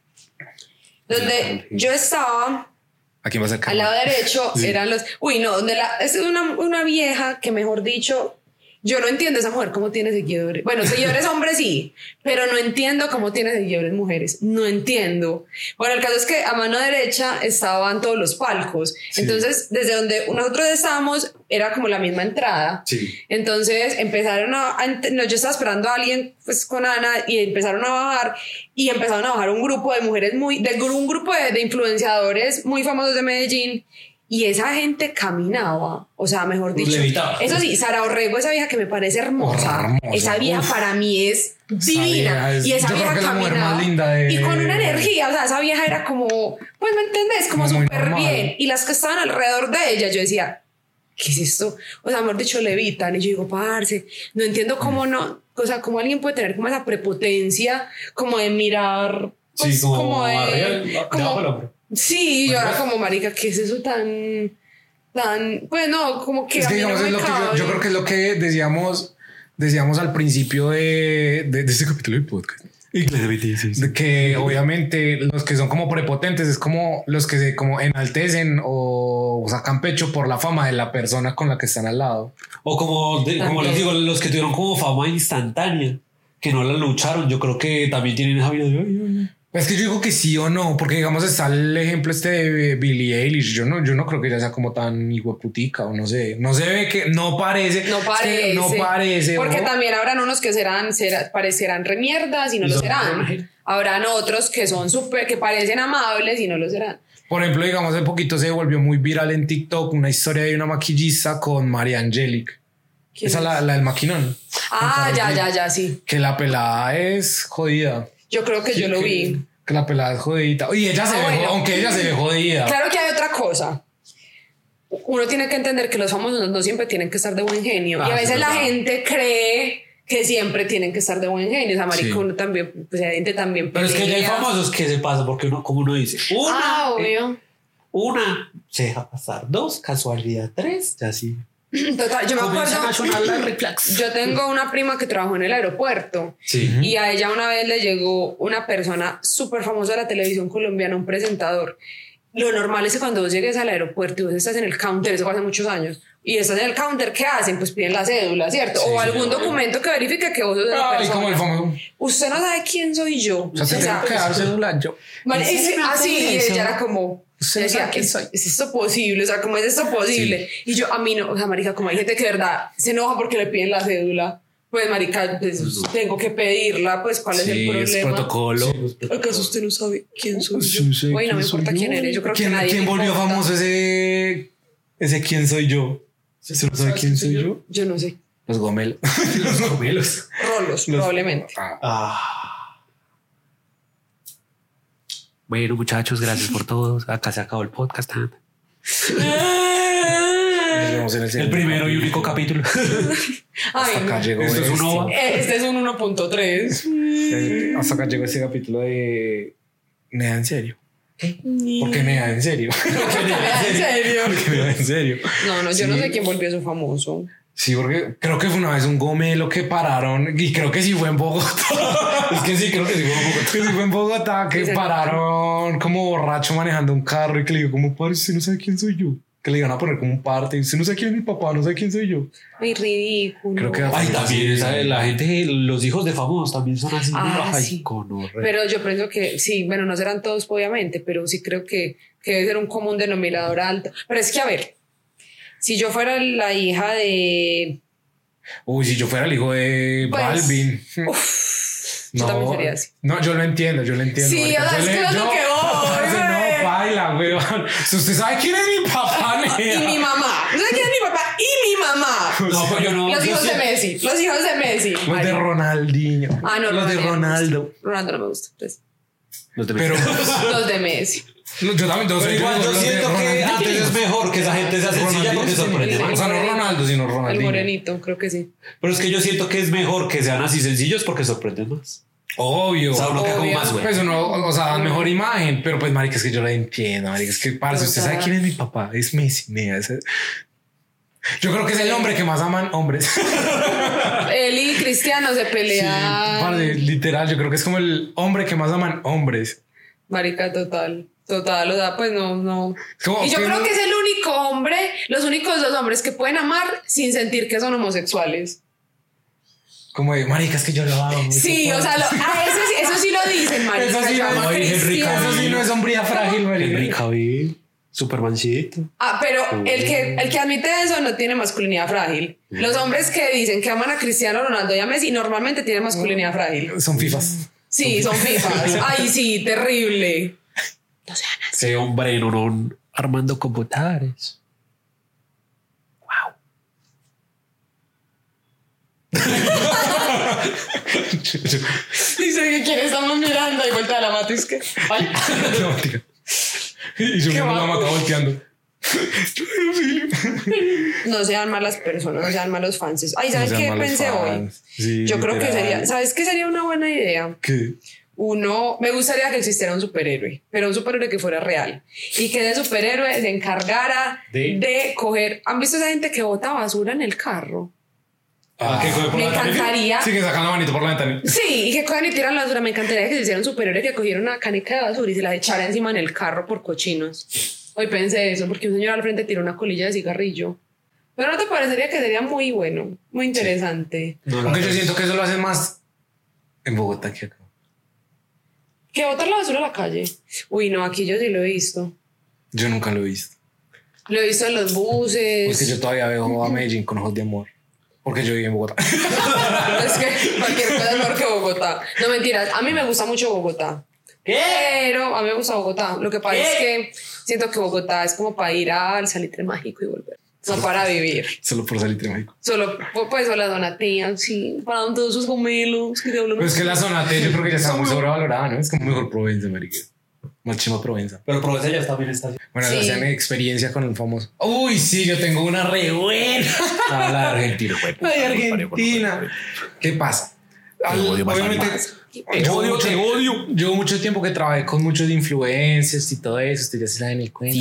donde yo estaba... ¿A quién vas a sacar? Al lado derecho eran los... Uy, no, es una vieja que, mejor dicho, yo no entiendo esa mujer cómo tiene seguidores. Bueno, seguidores hombres sí, pero no entiendo cómo tiene seguidores mujeres. No entiendo. Bueno, el caso es que a mano derecha estaban todos los palcos. Sí. Entonces, desde donde nosotros estábamos, era como la misma entrada. Sí. Entonces, empezaron no, yo estaba esperando a alguien pues con Ana y empezaron a bajar un grupo de mujeres un grupo de influenciadores muy famosos de Medellín. Y esa gente caminaba, o sea, mejor dicho, eso sí, Sara Orrego, esa vieja que me parece hermosa. Esa vieja para mí es divina. Y esa vieja caminaba y con una energía, o sea, esa vieja era como, pues me entendés, como súper bien. Y las que estaban alrededor de ella, yo decía, ¿qué es esto? O sea, mejor dicho, levitan. Y yo digo, parce, no entiendo cómo no, o sea, cómo alguien puede tener como esa prepotencia, como de mirar, pues, sí, como de... Sí, yo era como, marica, ¿qué es eso tan, pues no, como que... Es que digamos, no es lo que yo creo que es lo que decíamos al principio de este capítulo del podcast. De que obviamente los que son como prepotentes es como los que se como enaltecen o sacan pecho por la fama de la persona con la que están al lado. O como les digo, los que tuvieron como fama instantánea, que no la lucharon, yo creo que también tienen esa vida de... Es que yo digo que sí o no, porque digamos está el ejemplo de Billie Eilish. Yo no creo que ella sea como tan hijueputica o no sé. No se ve que no parece. No parece. Porque ¿no? También habrán unos que parecerán remierdas y no lo serán. Habrán otros que son que parecen amables y no lo serán. Por ejemplo, digamos, hace poquito se volvió muy viral en TikTok una historia de una maquillista con María Angelic. Esa es la del maquinón. Ya, sí. Que la pelada es jodida. Yo creo que yo lo vi. Que la pelada es jodidita. Y ella aunque ella se ve jodida. Claro que hay otra cosa. Uno tiene que entender que los famosos no siempre tienen que estar de buen genio. Y a veces la gente cree que siempre tienen que estar de buen genio. O sea, marico, uno también, pues la gente también pelea. Pero es que ya hay famosos que se pasan porque como uno dice, obvio. Una se deja pasar, 2, casualidad, 3, ya sí. Total, yo me acuerdo, yo tengo una prima que trabajó en el aeropuerto y a ella una vez le llegó una persona súper famosa de la televisión colombiana, un presentador. Lo normal es que cuando vos llegues al aeropuerto y vos estás en el counter, eso fue hace muchos años, y estás en el counter, ¿qué hacen? Pues piden la cédula, ¿cierto? O algún documento que verifique que vos sos la persona. Como el famoso. Usted no sabe quién soy yo. O sea, te tengo que dar cédula yo. Así, y ella era como... Decía, ¿es esto posible? O sea, ¿cómo es esto posible? Sí. Y yo, a mí no, o sea, marica, como hay gente que de verdad se enoja porque le piden la cédula, pues marica, pues, tengo que pedirla, pues ¿cuál es el problema? Es protocolo. ¿Acaso usted no sabe quién soy yo? Oye, no me importa quién eres, yo creo que nadie. ¿Quién volvió famoso ese quién soy yo? ¿Se no sabe quién soy yo? Yo no sé. Los gomelos. Los gomelos. Rolos, probablemente. Bueno, muchachos, gracias por todo. Acá se acabó el podcast. El primero y único capítulo. Hasta acá llegó. Este es un 1.3. Hasta acá llegó ese capítulo de Nea en serio. ¿Por qué Nea en serio? ¿Por qué Nea en serio? No, yo no sé quién volvió eso famoso. Sí, porque creo que fue una vez un gomelo que pararon y creo que sí fue en Bogotá. Es que sí, creo que sí fue en Bogotá. Que sí fue en Bogotá, que pararon como borracho manejando un carro y que le digo como, padre, usted no sabe quién soy yo. Que le iban a poner como un parte y usted no sabe quién es mi papá, no sabe quién soy yo. Ay, ridículo. Creo que también ¿sabe? La gente, los hijos de famosos también son así. Sí. Pero yo pienso que sí, bueno, no serán todos obviamente, pero sí creo que debe ser un común denominador alto. Pero es que a ver, si yo fuera la hija de... Uy, si yo fuera el hijo de Balvin. Yo también sería así. No, yo lo entiendo. Sí, o sea, es que es lo que No, baila, weón. Si usted sabe quién es mi papá, Y mi mamá. ¿No sabes quién es mi papá? Y mi mamá. No, pues yo no. Los hijos de Messi. Los hijos de Messi. Los de Ronaldinho. Ah, no, los de Ronaldo. Ronaldo no me gusta. Pues. Pero Los de Messi. no, yo también. Pero igual yo siento que antes es mejor que esa gente sea sencilla porque sorprende O más. sea, no Ronaldo, sino El Ronaldinho. morenito, creo que sí. Pero es que yo siento que es mejor que sean así sencillos porque sorprenden más. Obvio. O sea, uno queda como Obvio. más güey. Pues uno, o sea, dan mejor imagen, pero pues, marica, es que yo la entiendo, marica, es que, parce, usted sabe quién es mi papá, es Messi, nea, yo creo que es el hombre que más aman hombres. Él y Cristiano se Sí, pelean. parce, literal, yo creo que es como el hombre que más aman hombres. Marica, total. O sea, pues no. Como Y yo que creo no- que es el único hombre, los únicos dos hombres que pueden amar sin sentir que son homosexuales. Como de, marica, es que yo lo amo. mucho, Sí, o sea, eso sí lo dicen, marica. Eso sí yo no- amo a Ay, Henry Cristiano. Eso sí no es hombría frágil, Henry marica. Cavill, Supermancito. Ah, pero el que admite eso no tiene masculinidad frágil. Los hombres que dicen que aman a Cristiano Ronaldo y a Messi normalmente tienen masculinidad frágil. Son fifas. Sí, son fifas. Ay, sí, terrible. No sean así. Ese hombre no armando computares. Dice que quién estamos mirando y vuelta de la mata. Es que. Ay. No, marica. Y yo mismo la mata volteando. No sean malas personas, no sean malos fans. Ay, ¿sabes No sean qué malos pensé hoy? fans. Sí, Yo creo que literal. sería, ¿sabes qué sería una buena idea? ¿Qué? Me gustaría que existiera un superhéroe, pero un superhéroe que fuera real y que de superhéroe se encargara de coger. ¿Han visto esa gente que bota basura en el carro? ¿Qué fue por Me la tarde? encantaría. Sí, que sacan la manito por la ventana. Sí, y que cogen y tiran la basura. Me encantaría que se hiciera un superhéroe que cogiera una canica de basura y se la echara encima en el carro por cochinos. Hoy pensé eso, porque un señor al frente tiró una colilla de cigarrillo. Pero ¿no te parecería que sería muy bueno, muy interesante? No, Aunque yo siento que eso lo hacen más en Bogotá que acá. Que botar la basura a la calle. Uy, no, aquí yo sí lo he visto. Yo nunca lo he visto. Lo he visto en los buses. Es que yo todavía veo a Medellín con ojos de amor. Porque yo vivo en Bogotá. Es que cualquier cosa es mejor que Bogotá. No, mentiras. A mí me gusta mucho Bogotá. Pero a mí me gusta Bogotá. Lo que pasa es que siento que Bogotá es como para ir al Salitre Mágico y volver. No para vivir. Solo por salir mágico. Solo, pues, o la Donatía, sí. Para todos esos gomelos que te hablan. Pero es que la zona T yo creo que ya está muy sobrevalorada, ¿no? Es como mejor Provenza, marica. Más chima Provenza. Pero Provenza ya también está. Bueno, Sí. hacían experiencia con el famoso. Uy, sí, yo tengo una re buena. Ah, la de Argentina, güey. La de Argentina. ¿Qué pasa? Obviamente, Te odio. Yo mucho tiempo que trabajé con muchos influencers y todo eso. Ustedes ya se saben el cuento.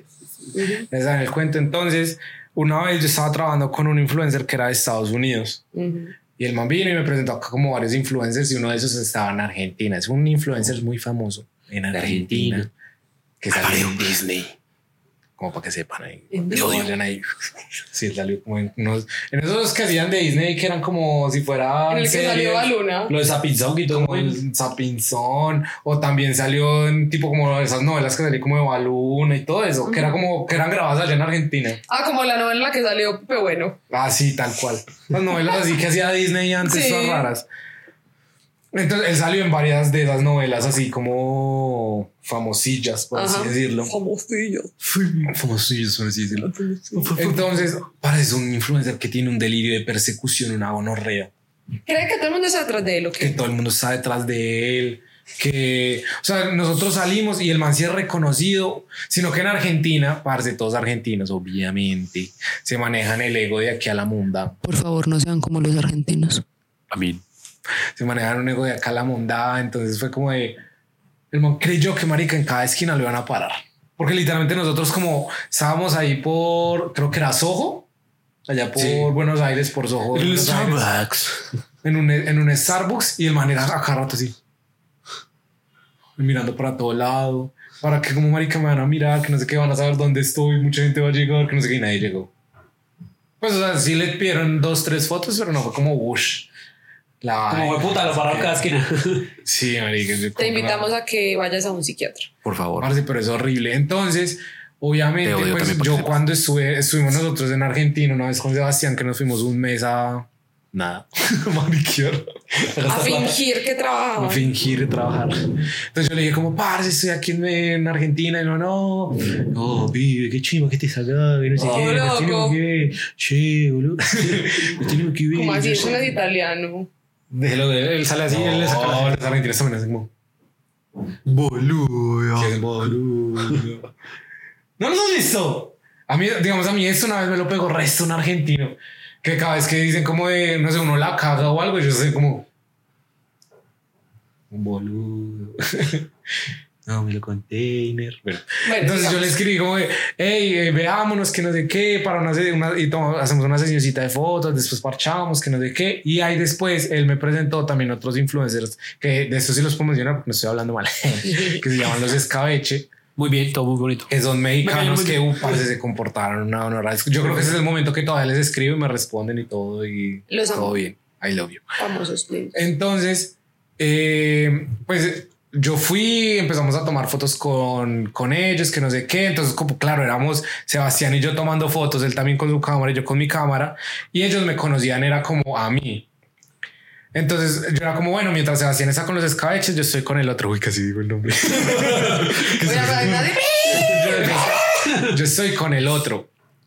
Ya saben el cuento. Entonces, una vez yo estaba trabajando con un influencer que era de Estados Unidos. Y el man vino y me presentó acá como varios influencers y uno de esos estaba en Argentina. Es un influencer muy famoso en Argentina que salió en Disney. Como para que sepan ahí. Lo vayan ahí. Sí, salió como en esos que hacían de Disney que eran como si fuera En el que salió a Luna. Lo de Zapinzón y todo. como el Sapinzón, o también salió en tipo como esas novelas que salían como de Baluna y todo eso, que era como que eran grabadas allá en Argentina. Ah, como la novela en la que salió Pepe Bueno. Ah, sí, tal cual. Las novelas así que hacía Disney antes, Sí. todas raras. Entonces él salió en varias de esas novelas así como famosillas, por así Ajá. decirlo. Famosillo. Famosillas, por así decirlo. Entonces parece un influencer que tiene un delirio de persecución, una gonorrea. ¿Cree que todo el mundo está detrás de él o Que qué? todo el mundo está detrás de él, que, o sea, nosotros salimos y el man sí es reconocido, sino que en Argentina, parce, todos argentinos, obviamente, se manejan el ego de aquí a la munda, Por favor, no sean como los argentinos. Amén. se manejan un ego de acá a la munda, entonces fue como de, el man creyó que marica en cada esquina lo iban a parar, porque literalmente nosotros como estábamos ahí por, creo que era Soho, allá por Sí. Buenos Aires, por Soho, de El Buenos Aires. Starbucks. en un Starbucks y el man era a cada rato así mirando para todo lado, para que como marica me van a mirar, que no sé qué, van a saber dónde estoy, mucha gente va a llegar, que no sé qué, y nadie llegó. Pues o sea, sí le pidieron 2, 3 fotos, pero no fue como wush. Como de puta, lo pararon cada esquina. Sí, marica. Te invitamos a que vayas a un psiquiatra. Por favor. Parce, pero es horrible. Entonces, obviamente, Te odio pues también, yo parce. cuando estuvimos nosotros en Argentina una vez con Sebastián, que nos fuimos un mes a Nada. Manicure. A fingir que trabajaba. A fingir trabajar. Entonces yo le dije como, parce, estoy aquí en Argentina. Y no, pibe, qué chivo que te salga. No sé qué, loco. tenemos que ver. Che, boludo. Tenemos que ver. Como así, eso no es italiano. Déjelo de él. Él sale así, él le saca las palabras argentinas. También así como, boludo. ¿Qué es boludo? No lo he visto. A mí esto una vez me lo pegó resto un argentino. Que cada vez que dicen como de, no sé, uno la caga o algo, yo sé como un boludo. No, me lo container. Bueno, entonces digamos, yo le escribí como de, hey, veámonos, que no sé qué, para hacemos una sesioncita de fotos, después parchamos, que no sé qué. Y ahí después él me presentó también otros influencers, que de estos sí los puedo mencionar porque no estoy hablando mal, que se llaman los Escabeche. Muy bien, todo muy bonito. Que son mexicanos que parce, se comportaron una honor. Yo creo que ese es el momento que todavía les escribo y me responden y todo. Y los todo amo. bien. I love you. Famosos lindos. Entonces, pues yo fui, empezamos a tomar fotos con ellos, que no sé qué. Entonces, como claro, éramos Sebastián y yo tomando fotos, él también con su cámara y yo con mi cámara. Y ellos me conocían, era como a mí. Entonces yo era como, bueno, mientras Sebastián está con los Escabeches, yo estoy con el otro. Uy, casi digo el nombre. Yo estoy con el otro.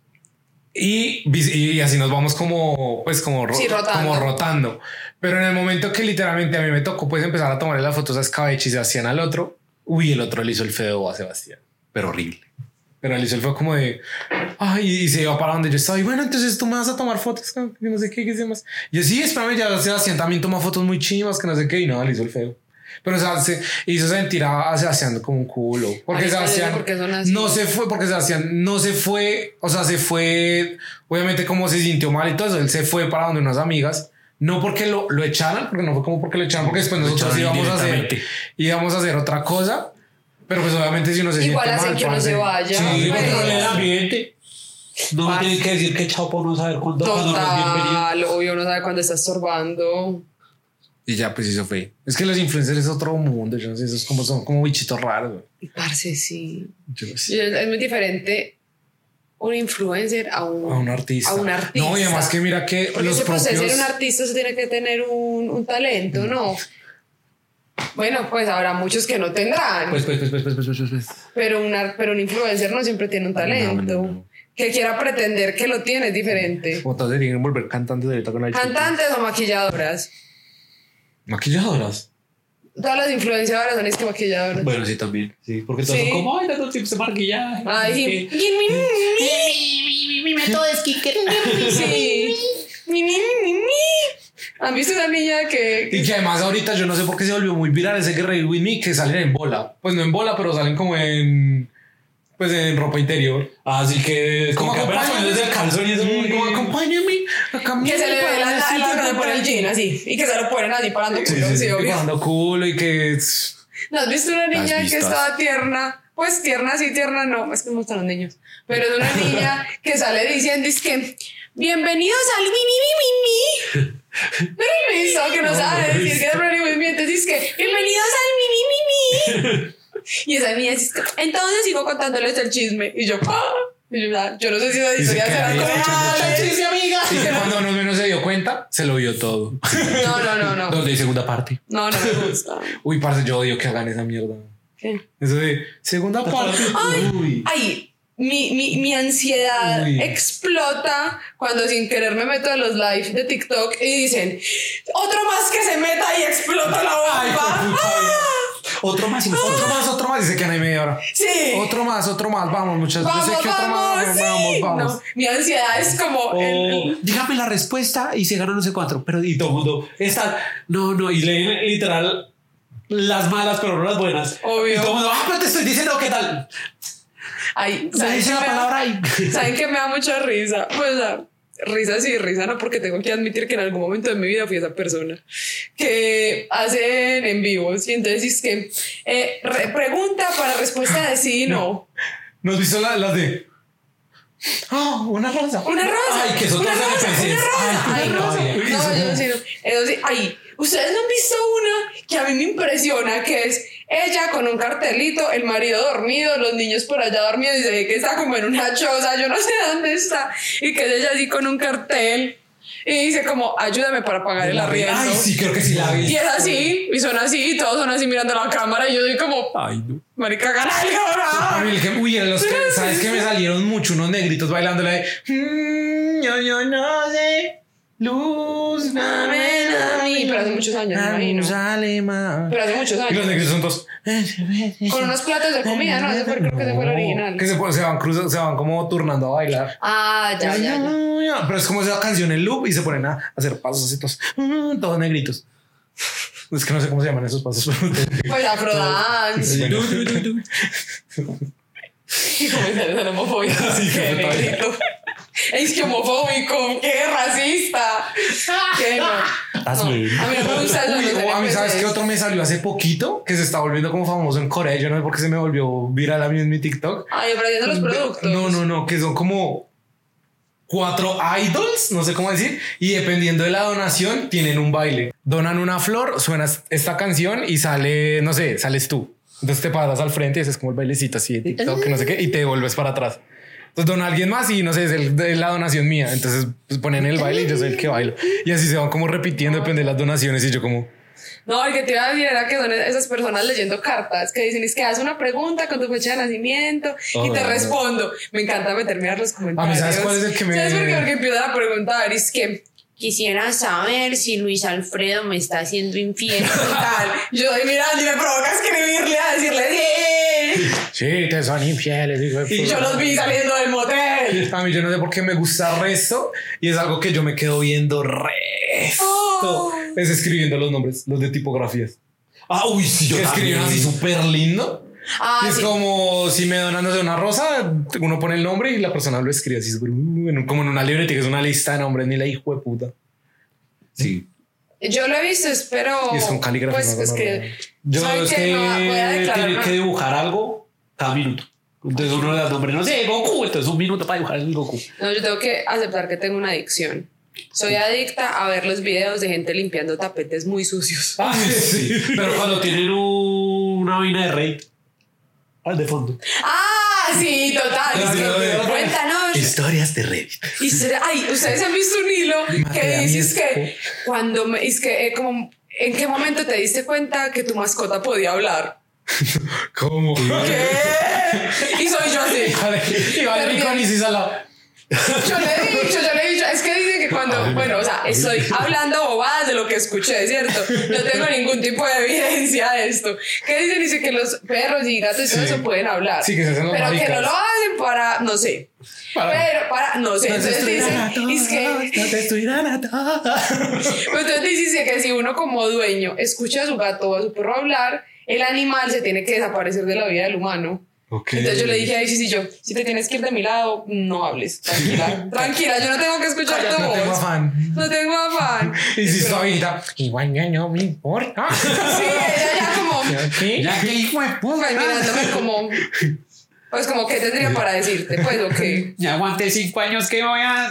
Y así nos vamos como, pues como rotando. Pero en el momento que literalmente a mí me tocó pues empezar a tomarle las fotos a Escabeche y Sebastián al otro, el otro le hizo el feo a Sebastián. Pero horrible. Pero él hizo el feo como de, ay, y se iba para donde yo estaba. Y bueno, entonces tú me vas a tomar fotos, que no sé qué más. Y yo, sí, espérame, ya Sebastián también toma fotos muy chivas, que no sé qué. Y no, le hizo el feo. Pero o sea, se hizo sentir a Sebastián como un culo. Porque Sebastián no se fue, o sea, se fue, obviamente como se sintió mal y todo eso, él se fue para donde unas amigas. No porque lo echaran, porque no fue como porque lo echaron, porque después nosotros íbamos a hacer otra cosa. Pero pues obviamente si uno se igual siente mal, que uno se vaya. Sí, pero el ambiente. No me tienen que decir que chao por no saber cuándo no es bienvenido. Total, obvio, no sabe cuándo está estorbando. Y ya pues eso fue. Es que los influencers es otro mundo. Yo no sé, esos son como bichitos raros. Y parce, sí. Yo no sé. Es muy diferente un influencer a un artista. No, y además que mira que porque los para propios... ser un artista se tiene que tener un talento, ¿no? Bueno, pues habrá muchos que no tendrán. Pues. Pero un influencer no siempre tiene un talento. No. Que quiera pretender que lo tiene es diferente. Como tal, tienen que volver cantantes de ahorita con la ¿Cantantes o maquilladoras? ¿Maquilladoras? Todas las influenciadoras son maquilladoras. Bueno, sí, también. Sí, porque todos son como, ay, tanto tiempo se maquillaje. Ay, mi método de skincare. Sí. ¿Han visto una niña que... Y que además ahorita yo no sé por qué se volvió muy viral ese Get Ready With Me, que salen en bola. Pues no en bola, pero salen como en... Pues en ropa interior. Así que... Como que apenas desde el calzón y eso. Como acompáñame a caminar. Que se le ve la por el jean así. Y que se lo ponen así parando culo. Sí, obvio. Parando culo y que... ¿No has visto una niña que estaba tierna? Pues tierna sí, tierna no. Es que me gustan los niños. Pero es una niña que sale diciendo, es que... Bienvenidos al mi. Pero he visto que no sabe decir que es Ready With Me. Entonces es que bienvenidos al mi. Y esa niña dice, entonces sigo contándoles el chisme. Y yo, yo no sé si esa historia será como chisme, amiga. Y que cuando no menos se dio cuenta, se lo vio todo. No. Donde hay segunda parte. No me gusta. Uy, parce, yo odio que hagan esa mierda. ¿Qué? Eso de segunda parte. Ay. Mi ansiedad explota cuando sin querer me meto a los live de TikTok y dicen otro más que se meta y explota la bomba. Otro más. Dice que no hay media hora. Sí. Otro más. Vamos, muchachos. Vamos. No, mi ansiedad es como dígame la respuesta y se ganó no sé cuánto. Pero y todo el mundo está. No. Y leen literal las malas, pero no las buenas. Obvio. Y todo el mundo, pero te estoy diciendo qué tal. Ay, ¿saben que me da mucha risa? Pues risa sí, risa no, porque tengo que admitir que en algún momento de mi vida fui esa persona que hacen en vivos y entonces es que pregunta para respuesta de sí y no. ¿No has visto las de una rosa? Ay, que son todas NPCs. Ay, no, yo sí no. Eso sí, ay, ustedes no han visto una que a mí me impresiona, que es ella con un cartelito, el marido dormido, los niños por allá dormidos y se ve que está como en una choza, yo no sé dónde está, y que es ella así con un cartel y dice como, ayúdame para pagar el arriendo. Ay, sí, creo que sí la vi. Y es así, y son así, todos son así mirando la cámara, y yo soy como, Ay, no. marica, gana algo, A mí uy, en los que, ¿sabes qué? Me salieron mucho unos negritos bailando la de yo no sé, luz, a mí, pero hace muchos años, me imagino. Pero hace muchos Y los años. negritos son dos. Con unos platos de comida, ¿no? Ese fue, creo que ese fue el original. Que se van como turnando a bailar. Ah, ya. Pero es como esa canción en loop y se ponen a hacer pasos así todos negritos. Es que no sé cómo se llaman esos pasos. Pues afrodance. Y comentarios de homofobia. Qué negrito. Es que homofóbico, qué racista. Qué no. A mí no me gusta eso. Uy, a mí, ¿sabes qué otro me salió hace poquito? Que se está volviendo como famoso en Corea. Yo no sé por qué se me volvió viral a mí en mi TikTok. Ay, ofreciendo los productos. No, que son como 4 idols, no sé cómo decir, y dependiendo de la donación tienen un baile. Donan una flor, suena esta canción y sale, no sé, sales tú. Entonces te paras al frente y haces como el bailecito así de TikTok, que no sé qué, y te devuelves para atrás. Entonces dona a alguien más y no sé, es de la donación mía. Entonces pues, ponen el baile y yo soy el que bailo. Y así se van como repitiendo, depende de las donaciones. Y yo como... No, el que te iba a decir era que son esas personas leyendo cartas que dicen, es que haz una pregunta con tu fecha de nacimiento y te respondo. Me encanta meterme a los comentarios. A mí, ¿sabes cuál es el que me...? ¿Sabes por qué? Porque empiezan a preguntar y es que quisiera saber si Luis Alfredo me está haciendo infiel y tal. Yo doy mirando y me provoca escribirle a decirle Sí, te son infieles. y yo los vi saliendo del motel. A mí yo no sé por qué me gusta resto y es algo que yo me quedo viendo resto. Es escribiendo los nombres, los de tipografías. Ah, uy, sí, yo Que escriben así súper lindo. Ah, Y es sí. como si me donan de una rosa, uno pone el nombre y la persona lo escribe así súper, como en una libreta que es una lista de nombres, ni la hijo de puta. Sí. Yo lo he visto, espero. Y es con caligrafía. Pues es que. Yo ¿saben es qué? que No, voy a declarar tiene una- que dibujar algo cada minuto. Entonces uno le da nombre, no sé, Goku. Entonces un minuto para dibujar el Goku. No, yo tengo que aceptar que tengo una adicción. Soy adicta a ver los videos de gente limpiando tapetes muy sucios. Ah, sí. Pero cuando tienen una vaina de rey al de fondo. Ah, sí, total. Es que, cuéntanos. Historias de Reddit. Ay, ustedes han visto un hilo que Matea dices Miesco. que cuando me, es que como ¿en qué momento te diste cuenta que tu mascota podía hablar? ¿Cómo? ¿Qué? Y soy yo así. Y vale, Pero con y sala. Yo le he dicho, es que dicen que cuando, bueno, o sea, estoy hablando bobadas de lo que escuché, ¿cierto? No tengo ningún tipo de evidencia de esto. ¿Qué dicen? Dice que los perros y gatos y todo eso pueden hablar. Sí, que se hacen los pero que maricas. no lo hacen para, no sé. Pero para, no sé. Entonces dicen, es que, No te destruirán a todos. entonces dice que si uno como dueño escucha a su gato o a su perro hablar, el animal se tiene que desaparecer de la vida del humano. Okay. Entonces yo le dije a Isis y yo, si te tienes que ir de mi lado, no hables, tranquila, yo no tengo que escuchar tu No voz. tengo afán. No tengo afán. Y si estoy ahorita, igual ya no me importa. Sí, ella ya como, ¿Qué? Ya que hijo de pues mirándome como, pues como, ¿qué tendría para decirte? Pues, ¿o qué? ya aguanté 5 años que voy a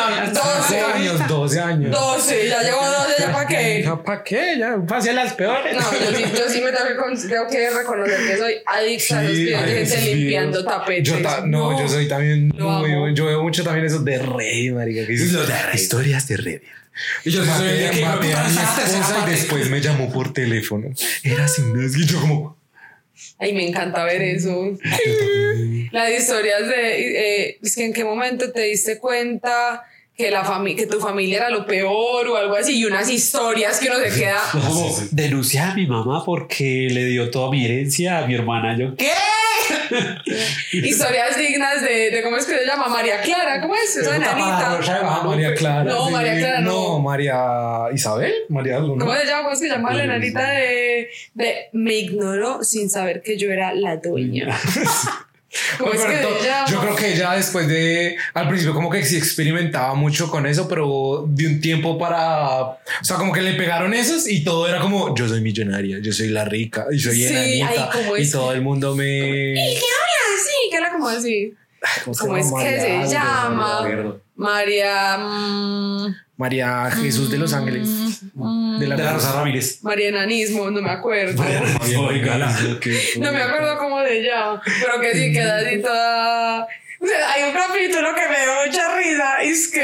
12 años. 12, ya llevo 12, ¿ya para qué? ¿Ya para qué? Ya pasé las peores. No, yo sí me tengo que reconocer que soy adicta a esos videos de gente limpiando tapetes. Yo soy también Lo muy amo. bueno. Yo veo mucho también esos de Reddit, marica. Que dices, historias de Reddit. Y yo soy de que maté a mi esposa y después me llamó por teléfono. Era así una y yo como... Ay, me encanta ver eso. Las historias de... es que en qué momento te diste cuenta que que tu familia era lo peor o algo así, y unas historias que uno se queda... Como denuncié a mi mamá porque le dio toda mi herencia a mi hermana. Yo, ¿qué? Historias dignas de ¿cómo es que se llama? María Clara, ¿cómo es? Esa enanita. María Clara. No, sí. María Clara no. No, María Isabel. María algo, ¿no? ¿Cómo se llama? ¿Cómo es que se llama la enanita de me ignoró sin saber que yo era la dueña? ¿Cómo es que se llama? Yo creo que ella después de... Al principio como que sí experimentaba mucho con eso, pero de un tiempo para... O sea, como que le pegaron esos y todo era como... Yo soy millonaria, yo soy la rica y soy Sí, enanita. ay, ¿cómo y es? todo el mundo me... ¿Y qué habla así? ¿Qué habla como así? ¿Cómo es que se llama? María... María Jesús de los Ángeles. De la Rosa Ramírez. María Enanismo, no me acuerdo. No me acuerdo cómo se llama, pero que sí queda así toda... O sea, hay un capítulo que me dio mucha risa, es que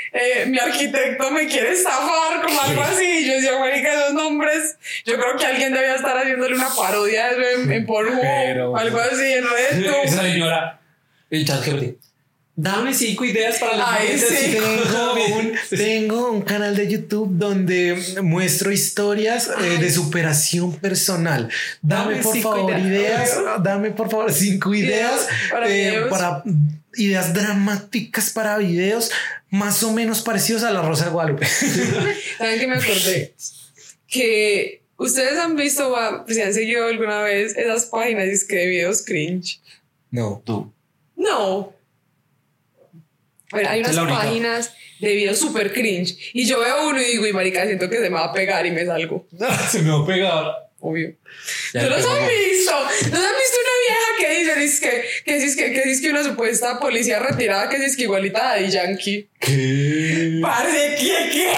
mi arquitecto me quiere estafar, como algo así. Y yo decía, marica, esos nombres, yo creo que alguien debía estar haciéndole una parodia de eso en Pornhub, algo así, en resto. Esa señora, el ChatGPT. Dame 5 ideas para la Ay, sí. Tengo un canal de YouTube donde muestro historias de superación personal. Dame por favor ideas. Dame por favor 5 ideas para ideas dramáticas para videos más o menos parecidos a La Rosa de Guadalupe. ¿Saben qué me acordé? Que ustedes han visto, si han seguido alguna vez esas páginas de videos cringe. No. No. Bueno, hay unas páginas de videos super cringe y yo veo uno y digo, y marica, siento que se me va a pegar y me salgo. Se me va a pegar. Obvio. ¿No los han visto? ¿No han visto una vieja que dice que una supuesta policía retirada que dice que igualita a Daddy Yankee? ¿Qué? Parce, ¿qué?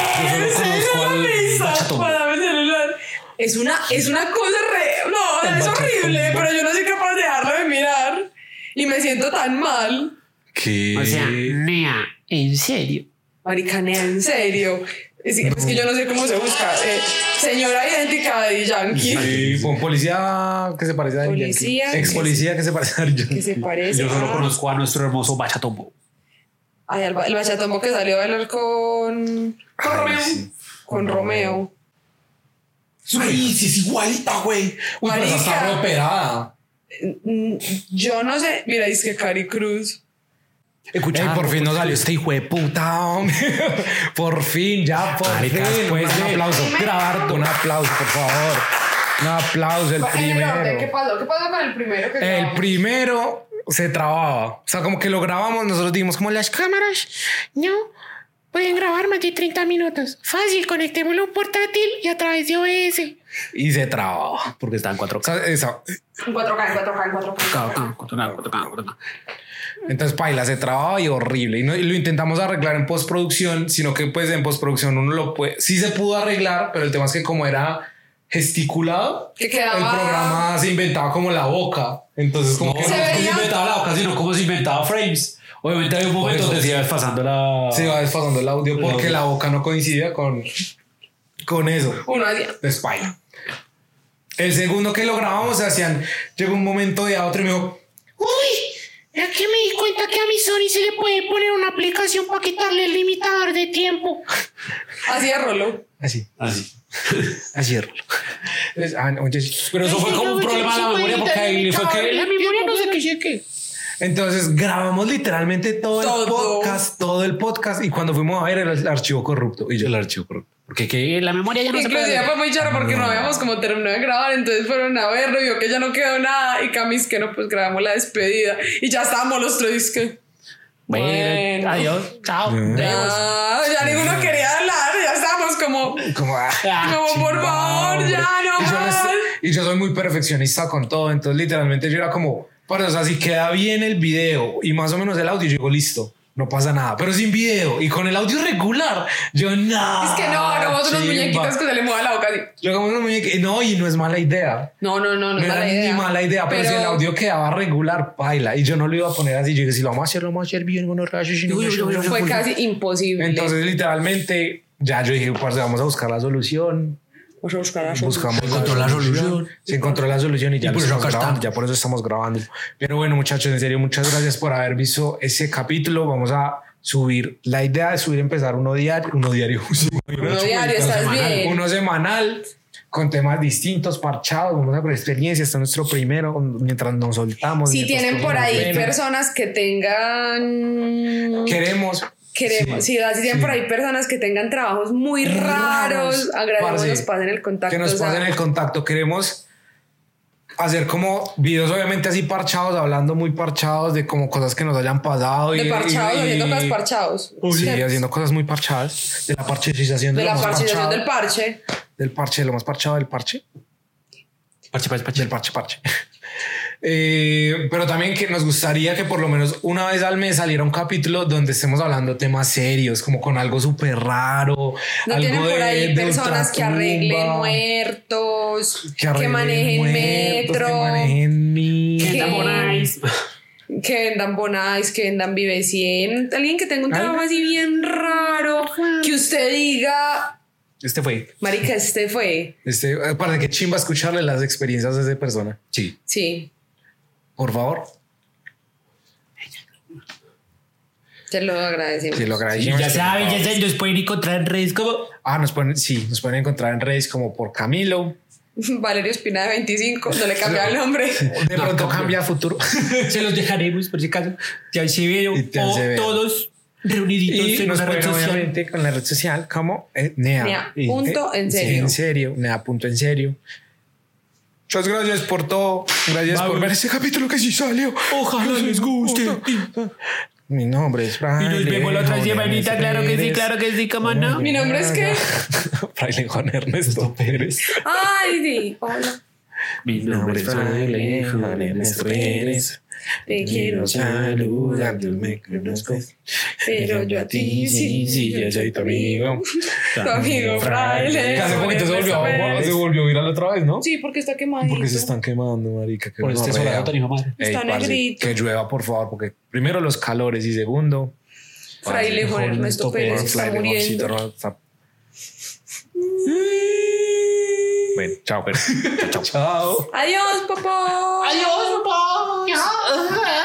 Es una cosa no, es horrible, pero yo no soy capaz de dejarlo de mirar y me siento tan mal. ¿Qué? O sea, nea, en serio. Marica, nea, en serio. Es que yo no sé cómo se busca. Señora idéntica de Daddy Yankee. Sí, un policía que se parece a Daddy Yankee. Ex policía que se parece a Daddy Yankee. Que se parece. Yo solo conozco a nuestro hermoso Bachatombo. Ay, el Bachatombo que salió a bailar con Romeo. Sí. Con Romeo. Ay, sí, es igualita, güey. Uy, pero está reoperada. Yo no sé. Mira, dice que Cari Cruz. Escucha, por fin nos salió este hijo de puta, hombre. Por fin, ya, por fin. Pues, un aplauso. Grabar, un aplauso, por favor. Un aplauso, el primero. ¿Qué pasó? ¿Qué pasó con el primero? El primero se trababa. O sea, como que lo grabamos, nosotros dijimos como las cámaras No, pueden grabar más de 30 minutos. Fácil, conectémoslo a un portátil y a través de OBS. y se trababa. Porque está en 4K. O sea, esa. En 4K. Entonces, paila, se trababa y horrible. Y lo intentamos arreglar en postproducción, sino que pues en postproducción uno lo puede... Sí se pudo arreglar, pero el tema es que como era gesticulado, Que quedaba... el programa se inventaba como la boca. Entonces como que... Se No se veía- inventaba la boca, sino como se inventaba frames. Obviamente había un momento donde se iba desfasando la... se iba desfasando el audio porque la boca no coincidía con eso. Uno hacía. Entonces, paila. El segundo que lo grabamos se hacían... Llegó un momento de a otro y me dijo... Uy, es que me di cuenta que a mi Sony se le puede poner una aplicación para quitarle el limitador de tiempo. Así de Rolo. Así. Así. Así es. Entonces, oye, Pero eso fue como un problema de la memoria porque ahí fue que... La memoria no sé qué. entonces grabamos literalmente todo el podcast y cuando fuimos a ver el archivo corrupto y yo el archivo corrupto Porque que la memoria ya no se Inclusive puede. fue muy charro porque no habíamos como terminado de grabar, entonces fueron a verlo y vio que ya no quedó nada y Camis que no, pues grabamos la despedida y ya estábamos los tres disque. Bueno, adiós, chao. Ya ninguno quería hablar, ya estábamos como por favor, ya no más. y yo soy muy perfeccionista con todo, entonces literalmente yo era como, pero o sea, si queda bien el video y más o menos el audio, yo digo listo, no pasa nada, pero sin video y con el audio regular, yo no. Es que no, hagamos unos muñequitos que se le mueva la boca así. Yo hagamos unos muñequitos, no, y no es mala idea. No No es era mala idea. ni mala idea, pero si el audio quedaba regular, paila. Y yo no lo iba a poner así. Yo dije, si lo vamos a hacer bien con los rayos. Fue casi imposible. Entonces, literalmente, ya yo dije, pues vamos a buscar la solución. Vamos a buscar la Buscamos encontró la solución. Se encontró la solución y ya, por lo eso estamos acá grabando, estamos. ya por eso estamos grabando. Pero bueno, muchachos, en serio, muchas gracias por haber visto ese capítulo. Vamos a subir. La idea de subir, empezar uno diario. Uno diario, estás bien. Uno semanal. Con temas distintos, parchados, vamos a por experiencia, está nuestro primero, mientras nos soltamos. Si mientras tienen por cogemos ahí pena. personas que tengan... Queremos. Si tienen por ahí personas que tengan trabajos muy raros, agradecemos que nos pasen el contacto. Que nos pasen el contacto. Queremos hacer como videos obviamente así parchados, hablando muy parchados de como cosas que nos hayan pasado. De parchados, haciendo cosas parchados. Sí, haciendo cosas muy parchadas. De la parcherización De la lo más parchización parchado. del parche. Del parche, lo más parchado del parche. Del parche. Pero también que nos gustaría que por lo menos una vez al mes saliera un capítulo donde estemos hablando temas serios, como con algo súper raro. No algo tienen por ahí personas que arreglen ultratumba, muertos, que arreglen manejen muertos, metro, que manejen que vendan bonais, que vendan Vive 100. Alguien que tenga un trabajo así bien raro raro que usted diga, Este fue. marica, este fue. Para que chimba escucharle las experiencias de esa persona. Sí. Sí, Por favor. te lo agradecemos. Que lo agradecemos. Ya saben, nos pueden encontrar en redes como... Nos pueden encontrar en redes como por Camilo. Valerio Espina de 25, no le cambió el nombre. De pronto cambia a futuro. Se los dejaremos por si acaso. Te Severo Y Tian o Severo. todos reuniditos Y en nos una red pueden social. obviamente con la red social como Nea. Nea, punto en serio. En serio. Nea punto en serio. Muchas gracias por todo. Gracias por ver ese capítulo que sí salió. Ojalá les guste. Mi nombre es Fraile. Y nos vemos la otra Juan semanita, Ernesto claro que sí, cómo no. Mi nombre es ¿qué? Fraile Juan Ernesto Pérez. Ay, sí, hola. Mi nombre es Fraile Juan Ernesto Pérez. Te quiero saludar, tú me conoces. pero yo a ti sí, yo soy tu amigo. Tu amigo Fraile. Que hace poquito se volvió viral otra vez, ¿no? Sí, porque está quemado. Porque se están quemando, marica. Por este solado tan hijo de madre. Está negrito. Que llueva, por favor, porque primero los calores y segundo... Fraile Juan Ernesto Pérez está Fraile muriendo. Juancito, no, está- Bueno, chao, pero. Chao. Adiós, papá. Adiós, papá.